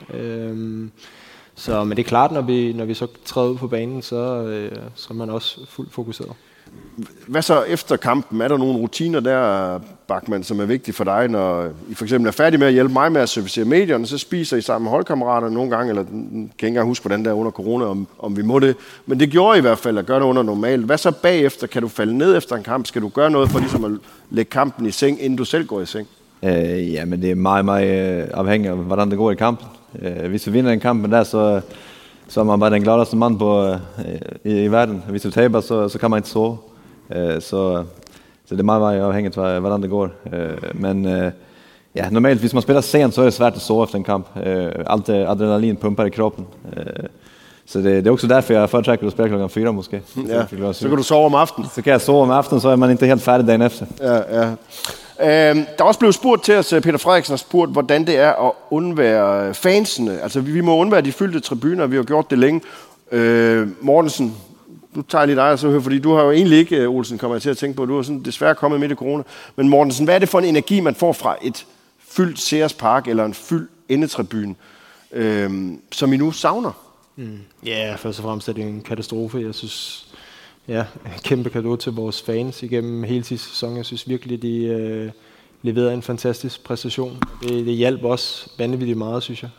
Men det er klart, når vi så træder ud på banen, så er man også fuldt fokuseret. Hvad så efter kampen? Er der nogle rutiner der, Bachmann, som er vigtige for dig, når I for eksempel er færdige med at hjælpe mig med at servicere medierne, så spiser I sammen med holdkammerater nogle gange, eller kan ikke engang huske, hvordan det er under corona, om vi må det. Men det gjorde I hvert fald at gøre det under normalt. Hvad så bagefter? Kan du falde ned efter en kamp? Skal du gøre noget for ligesom at lægge kampen i seng, inden du selv går i seng? Men det er meget, meget afhængigt af, hvordan det går i kampen. Hvis vi vinder en kamp der, så er man bare den gladeste mand i verden. Hvis du taber, så kan man ikke sove. Så det er meget, meget afhængigt af, hvordan det går. Men normalt, hvis man spiller sent, så er det svært at sove efter en kamp. Alt adrenalin pumper i kroppen. Så det er også derfor, jeg foretrækker at spille klokken 4 måske. Ja, så kan du sove om aftenen. Så kan jeg sove om aftenen, så er man ikke helt færdig dagen efter. Ja. Der er også blevet spurgt til os, Peter Frederiksen har spurgt, hvordan det er at undvære fansene. Altså, vi må undvære de fyldte tribuner, vi har gjort det længe. Mortensen, du tager lige dig og så hører, fordi du har jo egentlig ikke, Olsen, kommer jeg til at tænke på, du har sådan desværre kommet midt i corona. Men Mortensen, hvad er det for en energi, man får fra et fyldt Sears Park eller en fyldt endetribune, som I nu savner? Først og fremmest er det en katastrofe. Jeg synes, kæmpe cadeau til vores fans igennem hele sidste sæson. Jeg synes virkelig, de leverede en fantastisk præstation. Det hjalp også vanvittigt meget, synes jeg.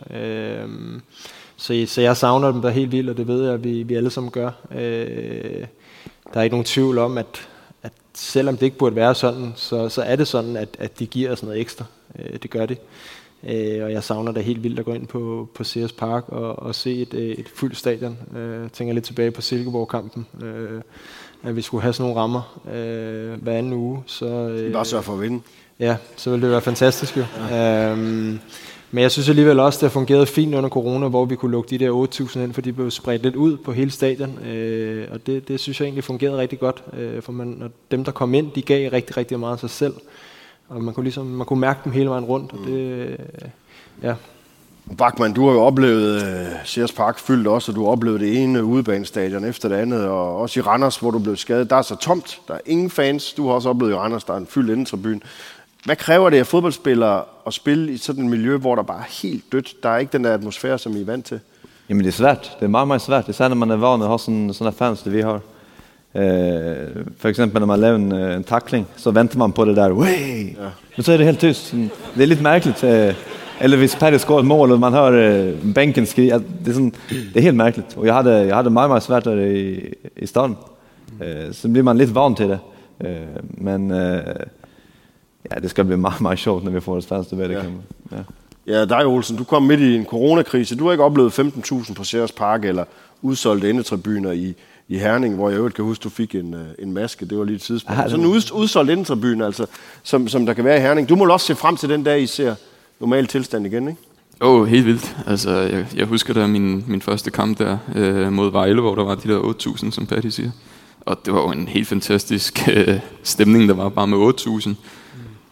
Så jeg savner dem der helt vildt, og det ved jeg, at vi alle sammen gør. Der er ikke nogen tvivl om, at selvom det ikke burde være sådan, så er det sådan, at de giver os noget ekstra. Det gør de. Og jeg savner da helt vildt at gå ind på Sears Park og se et fyldt stadion. Jeg tænker lidt tilbage på Silkeborg-kampen, at vi skulle have sådan nogle rammer hver anden uge. Bare sørge for at vinde. Ja, så ville det være fantastisk jo. Ja. Men jeg synes alligevel også, det har fungeret fint under corona, hvor vi kunne lukke de der 8.000 ind, for de blev spredt lidt ud på hele stadion. Og det synes jeg egentlig fungerede rigtig godt, for dem, der kom ind, de gav rigtig, rigtig meget af sig selv. Og man kunne mærke dem hele vejen rundt, og det, Bachmann, du har jo oplevet Sears Park fyldt også, og du har oplevet det ene udebanestadion efter det andet, og også i Randers, hvor du blev skadet. Der er så tomt, der er ingen fans. Du har også oplevet i Randers, der er en fyldt endetribune. Hvad kræver det af fodboldspillere at spille i sådan et miljø, hvor der bare er helt dødt? Der er ikke den der atmosfære, som I er vant til. Jamen det er svært. Det er meget, meget svært. Især når man er vant at have sådan fans, det vi har. For eksempel når man laver en tackling, så venter man på det der. Men så er det helt tyst. Det er lidt mærkeligt. Eller hvis Paris scorer et mål, og man hører bænken skrige. Det er helt mærkeligt. Og jeg havde meget, meget svært der i starten. Så bliver man lidt vant til det. Men det skal blive meget, meget sjovt, når vi får det fans tilbage. Ja, dig Olsen, du kom midt i en coronakrise. Du har ikke oplevet 15.000 på Sears Park eller udsolgte endetribuner i Herning, hvor jeg øvrigt kan huske, du fik en maske. Det var lige et tidspunkt. Sådan en udsolgt endetribune, altså, som der kan være i Herning. Du må også se frem til den dag, I ser normal tilstand igen, ikke? Helt vildt. Altså, jeg husker da min første kamp der mod Vejle, hvor der var de der 8.000, som Patty siger. Og det var jo en helt fantastisk stemning, der var bare med 8.000.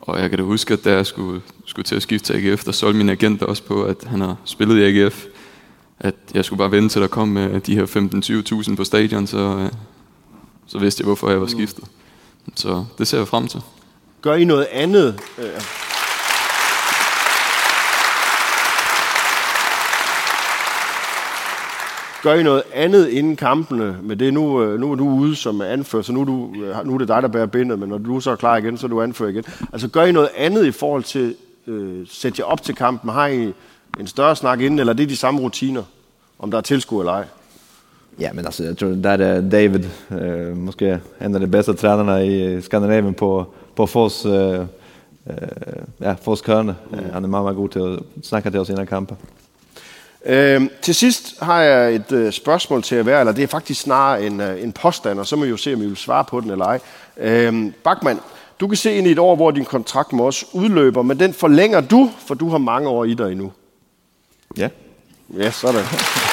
Og jeg kan da huske, at da jeg skulle til at skifte til AGF, der solgte min agent også på, at han har spillet i AGF. At jeg skulle bare vente til, der kom de her 15-20.000 på stadion, så vidste jeg, hvorfor jeg var skiftet. Så det ser jeg frem til. Gør I noget andet? Gør I noget andet inden kampene med det? Nu er du ude som anfører, så nu er det dig, der bærer bindet, men når du så er klar igen, så er du anfører igen. Altså gør I noget andet i forhold til sætte jer op til kampen? Har I en større snak inden, eller er det de samme rutiner, om der er tilskuer eller ej? Ja, men altså, jeg tror, der er David, måske en af de bedste trænerne i Skandinavien på Foss Kørne. Han er meget, meget god til at snakke til os inden kampen. Til sidst har jeg et spørgsmål til jer hver, eller det er faktisk snarere en påstand, og så må I jo se, om I vil svare på den eller ej. Bachmann, du kan se ind i et år, hvor din kontrakt med os udløber, men den forlænger du, for du har mange år i dig endnu. Ja. Ja, sådan.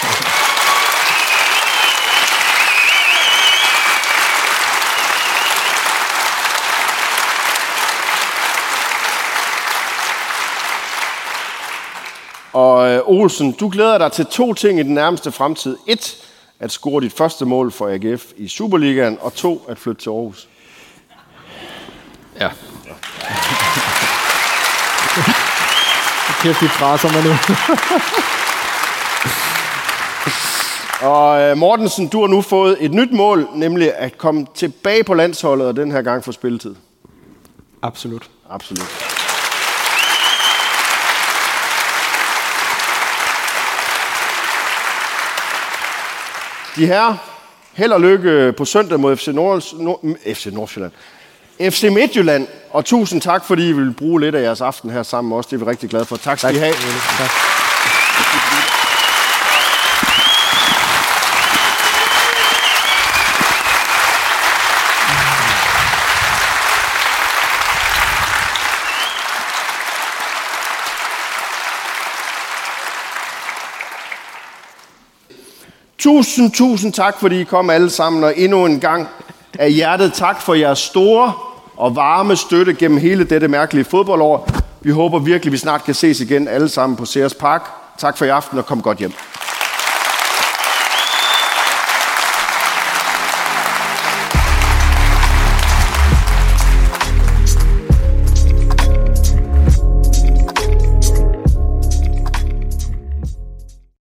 Og Olsen, du glæder dig til 2 ting i den nærmeste fremtid. 1, at score dit første mål for AGF i Superligaen, og 2, at flytte til Aarhus. Ja. Kæft, de presser mig nu. Og Mortensen, du har nu fået et nyt mål, nemlig at komme tilbage på landsholdet, og den her gang få spilletid. Absolut. Absolut. De her, held og lykke på søndag mod FC Midtjylland, og tusind tak, fordi I vil bruge lidt af jeres aften her sammen med os. Det er vi rigtig glade for. Tak skal I have. Tak. Tusind tak, fordi I kom alle sammen, og endnu en gang af hjertet tak for jeres store og varme støtte gennem hele dette mærkelige fodboldår. Vi håber virkelig, vi snart kan ses igen alle sammen på Sears Park. Tak for i aften, og kom godt hjem.